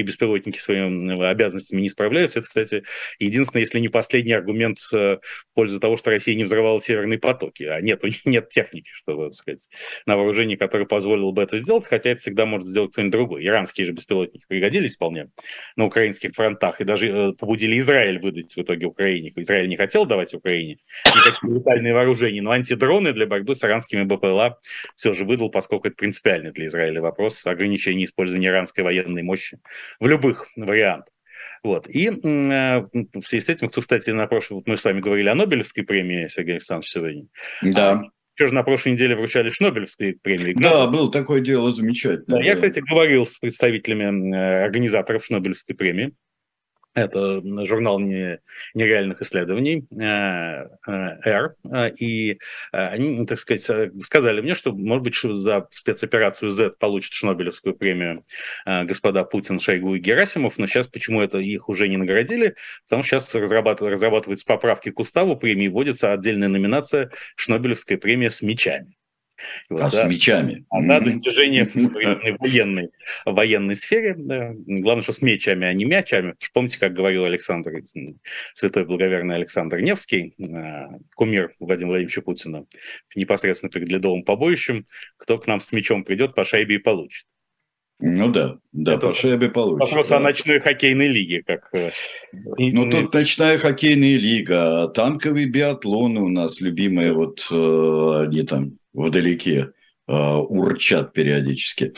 беспилотники своими обязанностями не справляются. Это, кстати, единственный, если не последний аргумент в пользу того, что Россия не взрывала северные потоки. А нет, нет техники, чтобы, так сказать, на вооружении, которое позволило бы это сделать, хотя это всегда может сделать кто-нибудь другой. Иранские же беспилотники пригодились вполне на украинских фронтах и даже побудили Израиль выдать в итоге Украине. Израиль не хотел давать Украине никакие летальные вооружения, но антидроны для борьбы с иранскими БПЛА все же выдал, поскольку это принципиальный для Израиля вопрос ограничения использования иранской военной мощи в любых вариантах. Вот. И э, в связи с этим, кстати, на прошлом, вот мы с вами говорили о Нобелевской премии, Сергей Александрович, сегодня. Да. А, еще же на прошлой неделе вручали Шнобелевскую премию. Да, было такое дело замечательно. Да, я, кстати, говорил с представителями э, организаторов Шнобелевской премии. Это журнал нереальных исследований «Р», и они, так сказать, сказали мне, что, может быть, за спецоперацию Z получит Шнобелевскую премию господа Путин, Шойгу и Герасимов, но сейчас почему это их уже не наградили, потому что сейчас разрабатывают, разрабатываются поправки к уставу премии, вводится отдельная номинация «Шнобелевская премия с мечами». Вот, а да. с мечами. А да, достижения в современной военной, военной сфере. Да. Главное, что с мечами, а не мячами. Помните, как говорил Александр, святой благоверный Александр Невский, кумир Владимира Владимировича Путина, непосредственно перед Ледовым побоищем, кто к нам с мечом придет, по шайбе и получит. Ну да, да, это по шайбе получит. Вопрос да. о ночной хоккейной лиге. Как... Ну, тут ночная хоккейная лига, танковый биатлон у нас любимые, вот они там вдалеке урчат периодически.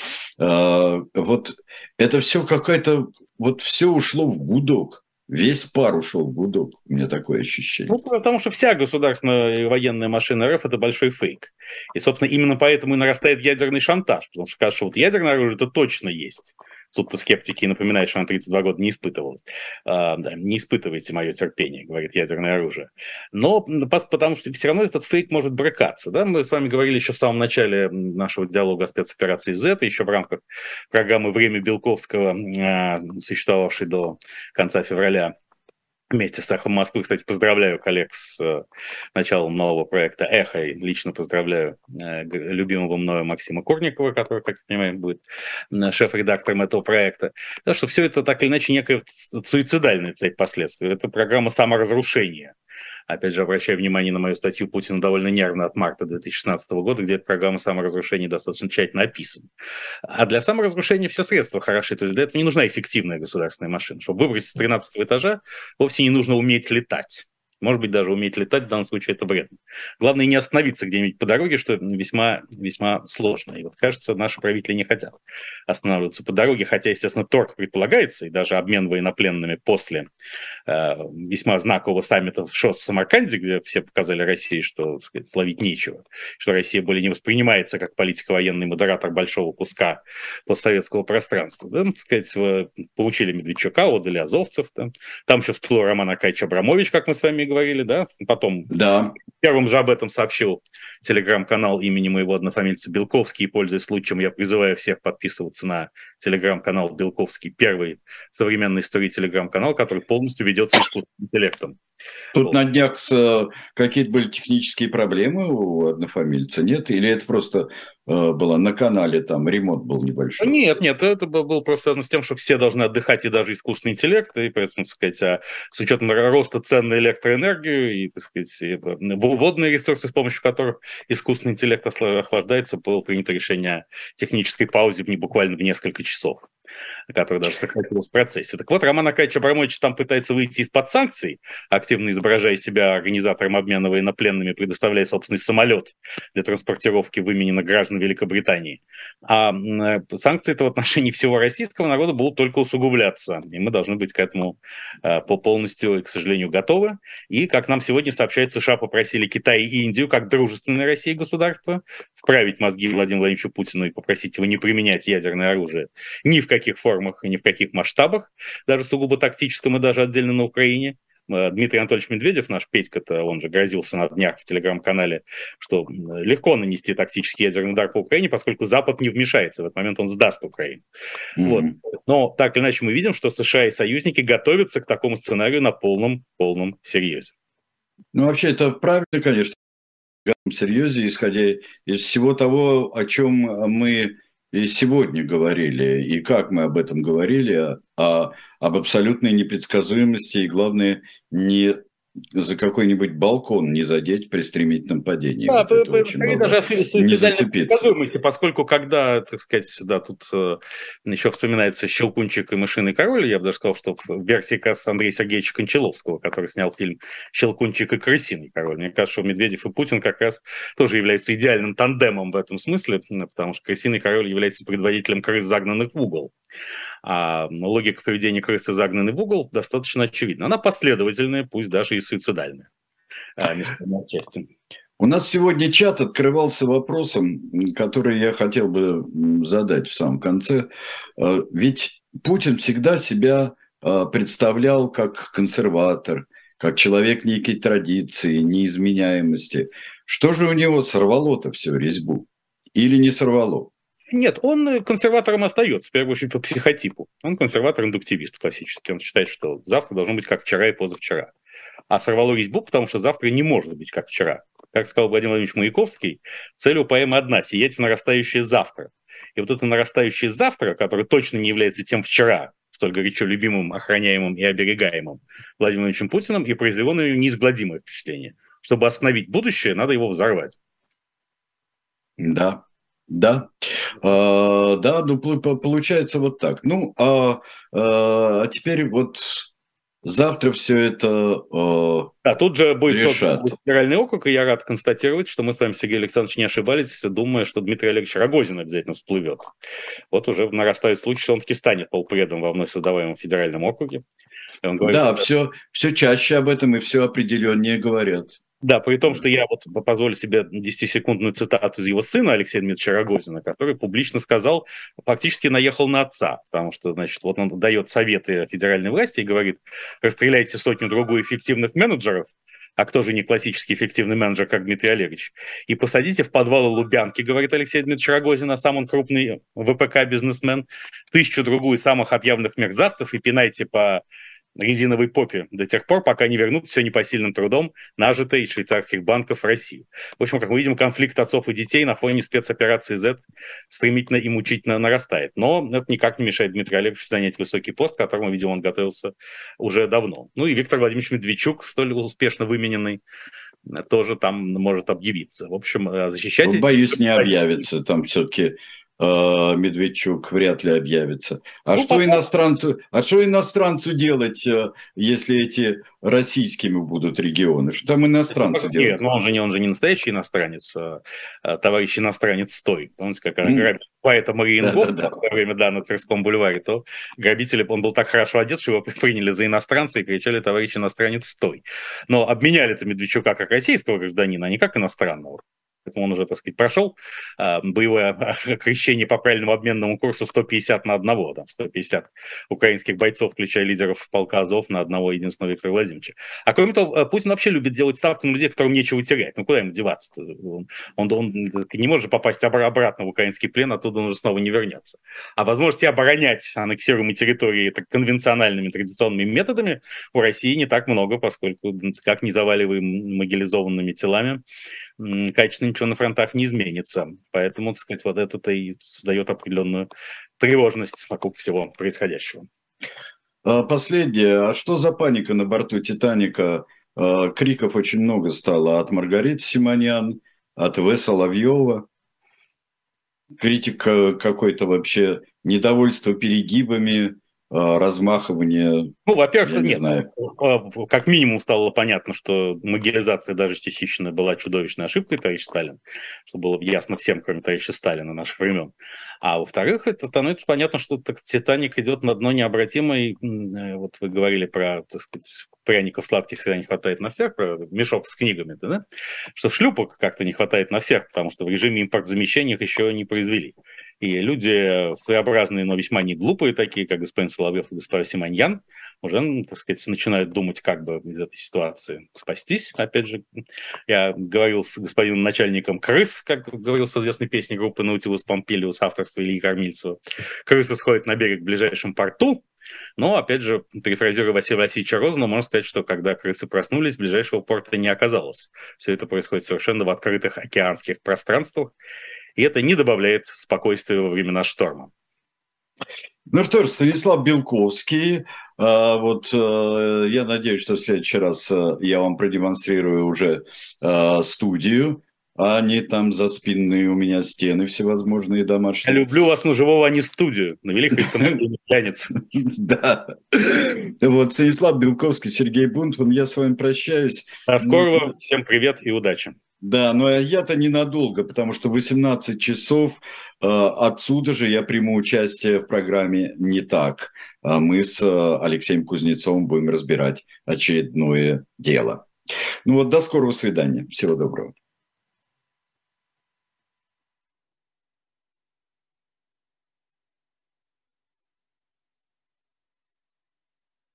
Вот это все какая-то, вот все ушло в гудок. Весь пар ушел в гудок, у меня такое ощущение. Ну, потому что вся государственная военная машина РФ – это большой фейк. И, собственно, именно поэтому и нарастает ядерный шантаж, потому что кажется, что вот ядерное оружие это точно есть. Тут-то скептики напоминают, что на тридцать два года не испытывалось. А, да, не испытывайте мое терпение, говорит ядерное оружие. Но потому что все равно этот фейк может брыкаться. Да? Мы с вами говорили еще в самом начале нашего диалога о спецоперации Z, еще в рамках программы «Время Белковского», существовавшей до конца февраля. Вместе с «Эхом Москвы», кстати, поздравляю коллег с э, началом нового проекта «Эхо». И лично поздравляю э, любимого мною Максима Курникова, который, как я понимаю, будет э, шеф-редактором этого проекта. Так что все это так или иначе некая суицидальная цепь последствий. Это программа саморазрушения. Опять же, обращаю внимание на мою статью «Путин довольно нервно» от марта две тысячи шестнадцатого года, где эта программа саморазрушения достаточно тщательно описана. А для саморазрушения все средства хороши. То есть для этого не нужна эффективная государственная машина. Чтобы выбросить с тринадцатого этажа, вовсе не нужно уметь летать. Может быть, даже уметь летать, в данном случае это вредно. Главное, не остановиться где-нибудь по дороге, что весьма, весьма сложно. И вот, кажется, наши правители не хотят останавливаться по дороге, хотя, естественно, торг предполагается, и даже обмен военнопленными после э, весьма знакового саммита ШОС в Самарканде, где все показали России, что, так сказать, словить нечего, что Россия более не воспринимается как политико-военный модератор большого куска постсоветского пространства. Да, так сказать, получили Медведчука, отдали азовцев. Да. Там еще всплыл Роман Аркадьевич Абрамович, как мы с вами говорили, да, потом да. Первым же об этом сообщил телеграм-канал имени моего однофамильца Белковский, и, пользуясь случаем, я призываю всех подписываться на телеграм-канал Белковский, первый в современной истории телеграм-канал, который полностью ведется искусственным интеллектом. Тут вот. На днях какие-то были технические проблемы у однофамильца, нет? Или это просто было на канале, там ремонт был небольшой? Нет, нет, это было просто связано с тем, что все должны отдыхать, и даже искусственный интеллект, и поэтому, так сказать, а с учетом роста цен на электроэнергию и, так сказать, и водные ресурсы, с помощью которых искусственный интеллект охлаждается, было принято решение о технической паузе в не буквально в несколько часов, которая даже сократилась в процессе. Так вот, Роман Аркадьевич Абрамович там пытается выйти из-под санкций, активно изображая себя организатором обмена военнопленными, предоставляя собственный самолет для транспортировки вымененных граждан Великобритании. А санкции-то в отношении всего российского народа будут только усугубляться, и мы должны быть к этому полностью, к сожалению, готовы. И, как нам сегодня сообщают, США попросили Китай и Индию, как дружественные России государства, вправить мозги Владимиру Владимировичу Путину и попросить его не применять ядерное оружие ни в каких формах и ни в каких масштабах, даже сугубо тактическом и даже отдельно на Украине. Дмитрий Анатольевич Медведев, наш Петька-то, он же грозился на днях в телеграм-канале, что легко нанести тактический ядерный удар по Украине, поскольку Запад не вмешается. В этот момент он сдаст Украину. Mm-hmm. Вот. Но так или иначе мы видим, что США и союзники готовятся к такому сценарию на полном, полном серьезе. Ну, вообще, это правильно, конечно, в серьезе, исходя из всего того, о чем мы и сегодня говорили, и как мы об этом говорили, а, а об абсолютной непредсказуемости и, главное, не за какой-нибудь балкон не задеть при стремительном падении. Да, Вот это очень скорее было. даже о Не суицидальной зацепиться. предсказуемости, поскольку когда, так сказать, да, тут э, еще вспоминается «Щелкунчик и мышиный король», я бы даже сказал, что в версии как раз Андрея Сергеевича Кончаловского, который снял фильм «Щелкунчик и крысиный король». Мне кажется, что Медведев и Путин как раз тоже являются идеальным тандемом в этом смысле, потому что крысиный король является предводителем крыс, загнанных в угол. А логика поведения крысы, загнанной в угол, достаточно очевидна. Она последовательная, пусть даже и суицидальная. Местами отчасти. У нас сегодня чат открывался вопросом, который я хотел бы задать в самом конце. Ведь Путин всегда себя представлял как консерватор, как человек некой традиции, неизменяемости. Что же у него сорвало-то все резьбу? Или не сорвало? Нет, он консерватором остается, в первую очередь по психотипу. Он консерватор-индуктивист классический. Он считает, что завтра должно быть как вчера и позавчера. А сорвало резьбу, потому что завтра не может быть как вчера. Как сказал Владимир Владимирович Маяковский, цель у поэмы одна – сиять в нарастающее завтра. И вот это нарастающее завтра, которое точно не является тем вчера, столь горячо любимым, охраняемым и оберегаемым Владимиром Владимировичем Путиным, и произвело на него неизгладимое впечатление. Чтобы остановить будущее, надо его взорвать. Да. Да, а, да, ну получается вот так. Ну, а, а теперь вот завтра все это э, Да, тут же будет решат. создан федеральный округ, и я рад констатировать, что мы с вами, Сергей Александрович, не ошибались, думая, что Дмитрий Олегович Рогозин обязательно всплывет. Вот уже нарастает случай, что он таки станет полпредом во вновь создаваемом федеральном округе. Он говорит, да, что... все, все чаще об этом и все определеннее говорят. Да, при том, что я вот позволю себе десятисекундную цитату из его сына Алексея Дмитриевича Рогозина, который публично сказал, фактически наехал на отца, потому что, значит, вот он дает советы федеральной власти и говорит, расстреляйте сотню-другую эффективных менеджеров, а кто же не классический эффективный менеджер, как Дмитрий Олегович, и посадите в подвалы Лубянки, говорит Алексей Дмитриевич Рогозин, а сам он крупный ВПК-бизнесмен, тысячу-другую самых объявленных мерзавцев и пинайте по резиновой попе до тех пор, пока не вернут все непосильным трудом, нажитое из швейцарских банков в Россию. В общем, как мы видим, конфликт отцов и детей на фоне спецоперации Z стремительно и мучительно нарастает. Но это никак не мешает Дмитрию Олеговичу занять высокий пост, к которому, видимо, он готовился уже давно. Ну и Виктор Владимирович Медведчук, столь успешно вымененный, тоже там может объявиться. В общем, защищать... Боюсь, не объявится. Там все-таки Медведчук вряд ли объявится. А, ну, что потом... иностранцу, а что иностранцу делать, если эти российскими будут регионы? Что там иностранцу Нет, делать? Нет, ну он же, не, он же не настоящий иностранец, а, а товарищ иностранец стой. Помните, как mm. грабитель поэта Мариенгоф да, да, да. во время, да, на Тверском бульваре, то грабитель, он был так хорошо одет, что его приняли за иностранца и кричали «товарищ иностранец, стой». Но обменяли это Медведчука как российского гражданина, а не как иностранного. Поэтому он уже, так сказать, прошел э, боевое крещение по правильному обменному курсу сто пятьдесят на одного, там, сто пятьдесят украинских бойцов, включая лидеров полка Азов, на одного единственного Виктора Владимировича. А кроме того, Путин вообще любит делать ставку на людей, которым нечего терять. Ну, куда ему деваться-то? Он, он, он не может попасть обратно в украинский плен, оттуда он уже снова не вернется. А возможности оборонять аннексируемые территории так, конвенциональными традиционными методами у России не так много, поскольку, как не заваливаем мобилизованными телами, качественно ничего на фронтах не изменится. Поэтому, так сказать, вот это-то и создает определенную тревожность вокруг всего происходящего. Последнее. А что за паника на борту «Титаника»? Криков очень много стало от Маргариты Симоньян, от В. Соловьева. Критика какой-то вообще, недовольство перегибами, размахивание. Ну, во-первых, не нет. Знаю. Как минимум стало понятно, что могилизация даже частичная была чудовищной ошибкой товарища Сталина, что было ясно всем, кроме товарища Сталина наших времен. А во-вторых, это становится понятно, что так, «Титаник» идет на дно необратимое. Вот вы говорили про, так сказать, пряников сладких всегда не хватает на всех, про мешок с книгами, да? Что шлюпок как-то не хватает на всех, потому что в режиме импортзамещения их еще не произвели. И люди своеобразные, но весьма не глупые, такие как господин Соловьев и господин Симоньян, уже, так сказать, начинают думать, как бы из этой ситуации спастись. Опять же, я говорил с господином начальником крыс, как говорил в известной песне группы «Наутилус Помпилиус» авторства Ильи Кормильцева. Крысы сходят на берег в ближайшем порту, но, опять же, перефразируя Василия Васильевича Розанова, можно сказать, что когда крысы проснулись, ближайшего порта не оказалось. Все это происходит совершенно в открытых океанских пространствах. и это не добавляет спокойствия во времена шторма. Ну что ж, Станислав Белковский, вот я надеюсь, что в следующий раз я вам продемонстрирую уже студию, а не там за спинные у меня стены всевозможные домашние. Я люблю вас, ну, живого, а не студию, на великой стамбульской пьянице. Да. Вот, Станислав Белковский, Сергей Бунтман, я с вами прощаюсь. До скорого, всем привет и удачи. Да, но я-то ненадолго, потому что восемнадцать часов э, отсюда же я приму участие в программе «Не так». Мы с Алексеем Кузнецовым будем разбирать очередное дело. Ну вот, до скорого свидания. Всего доброго.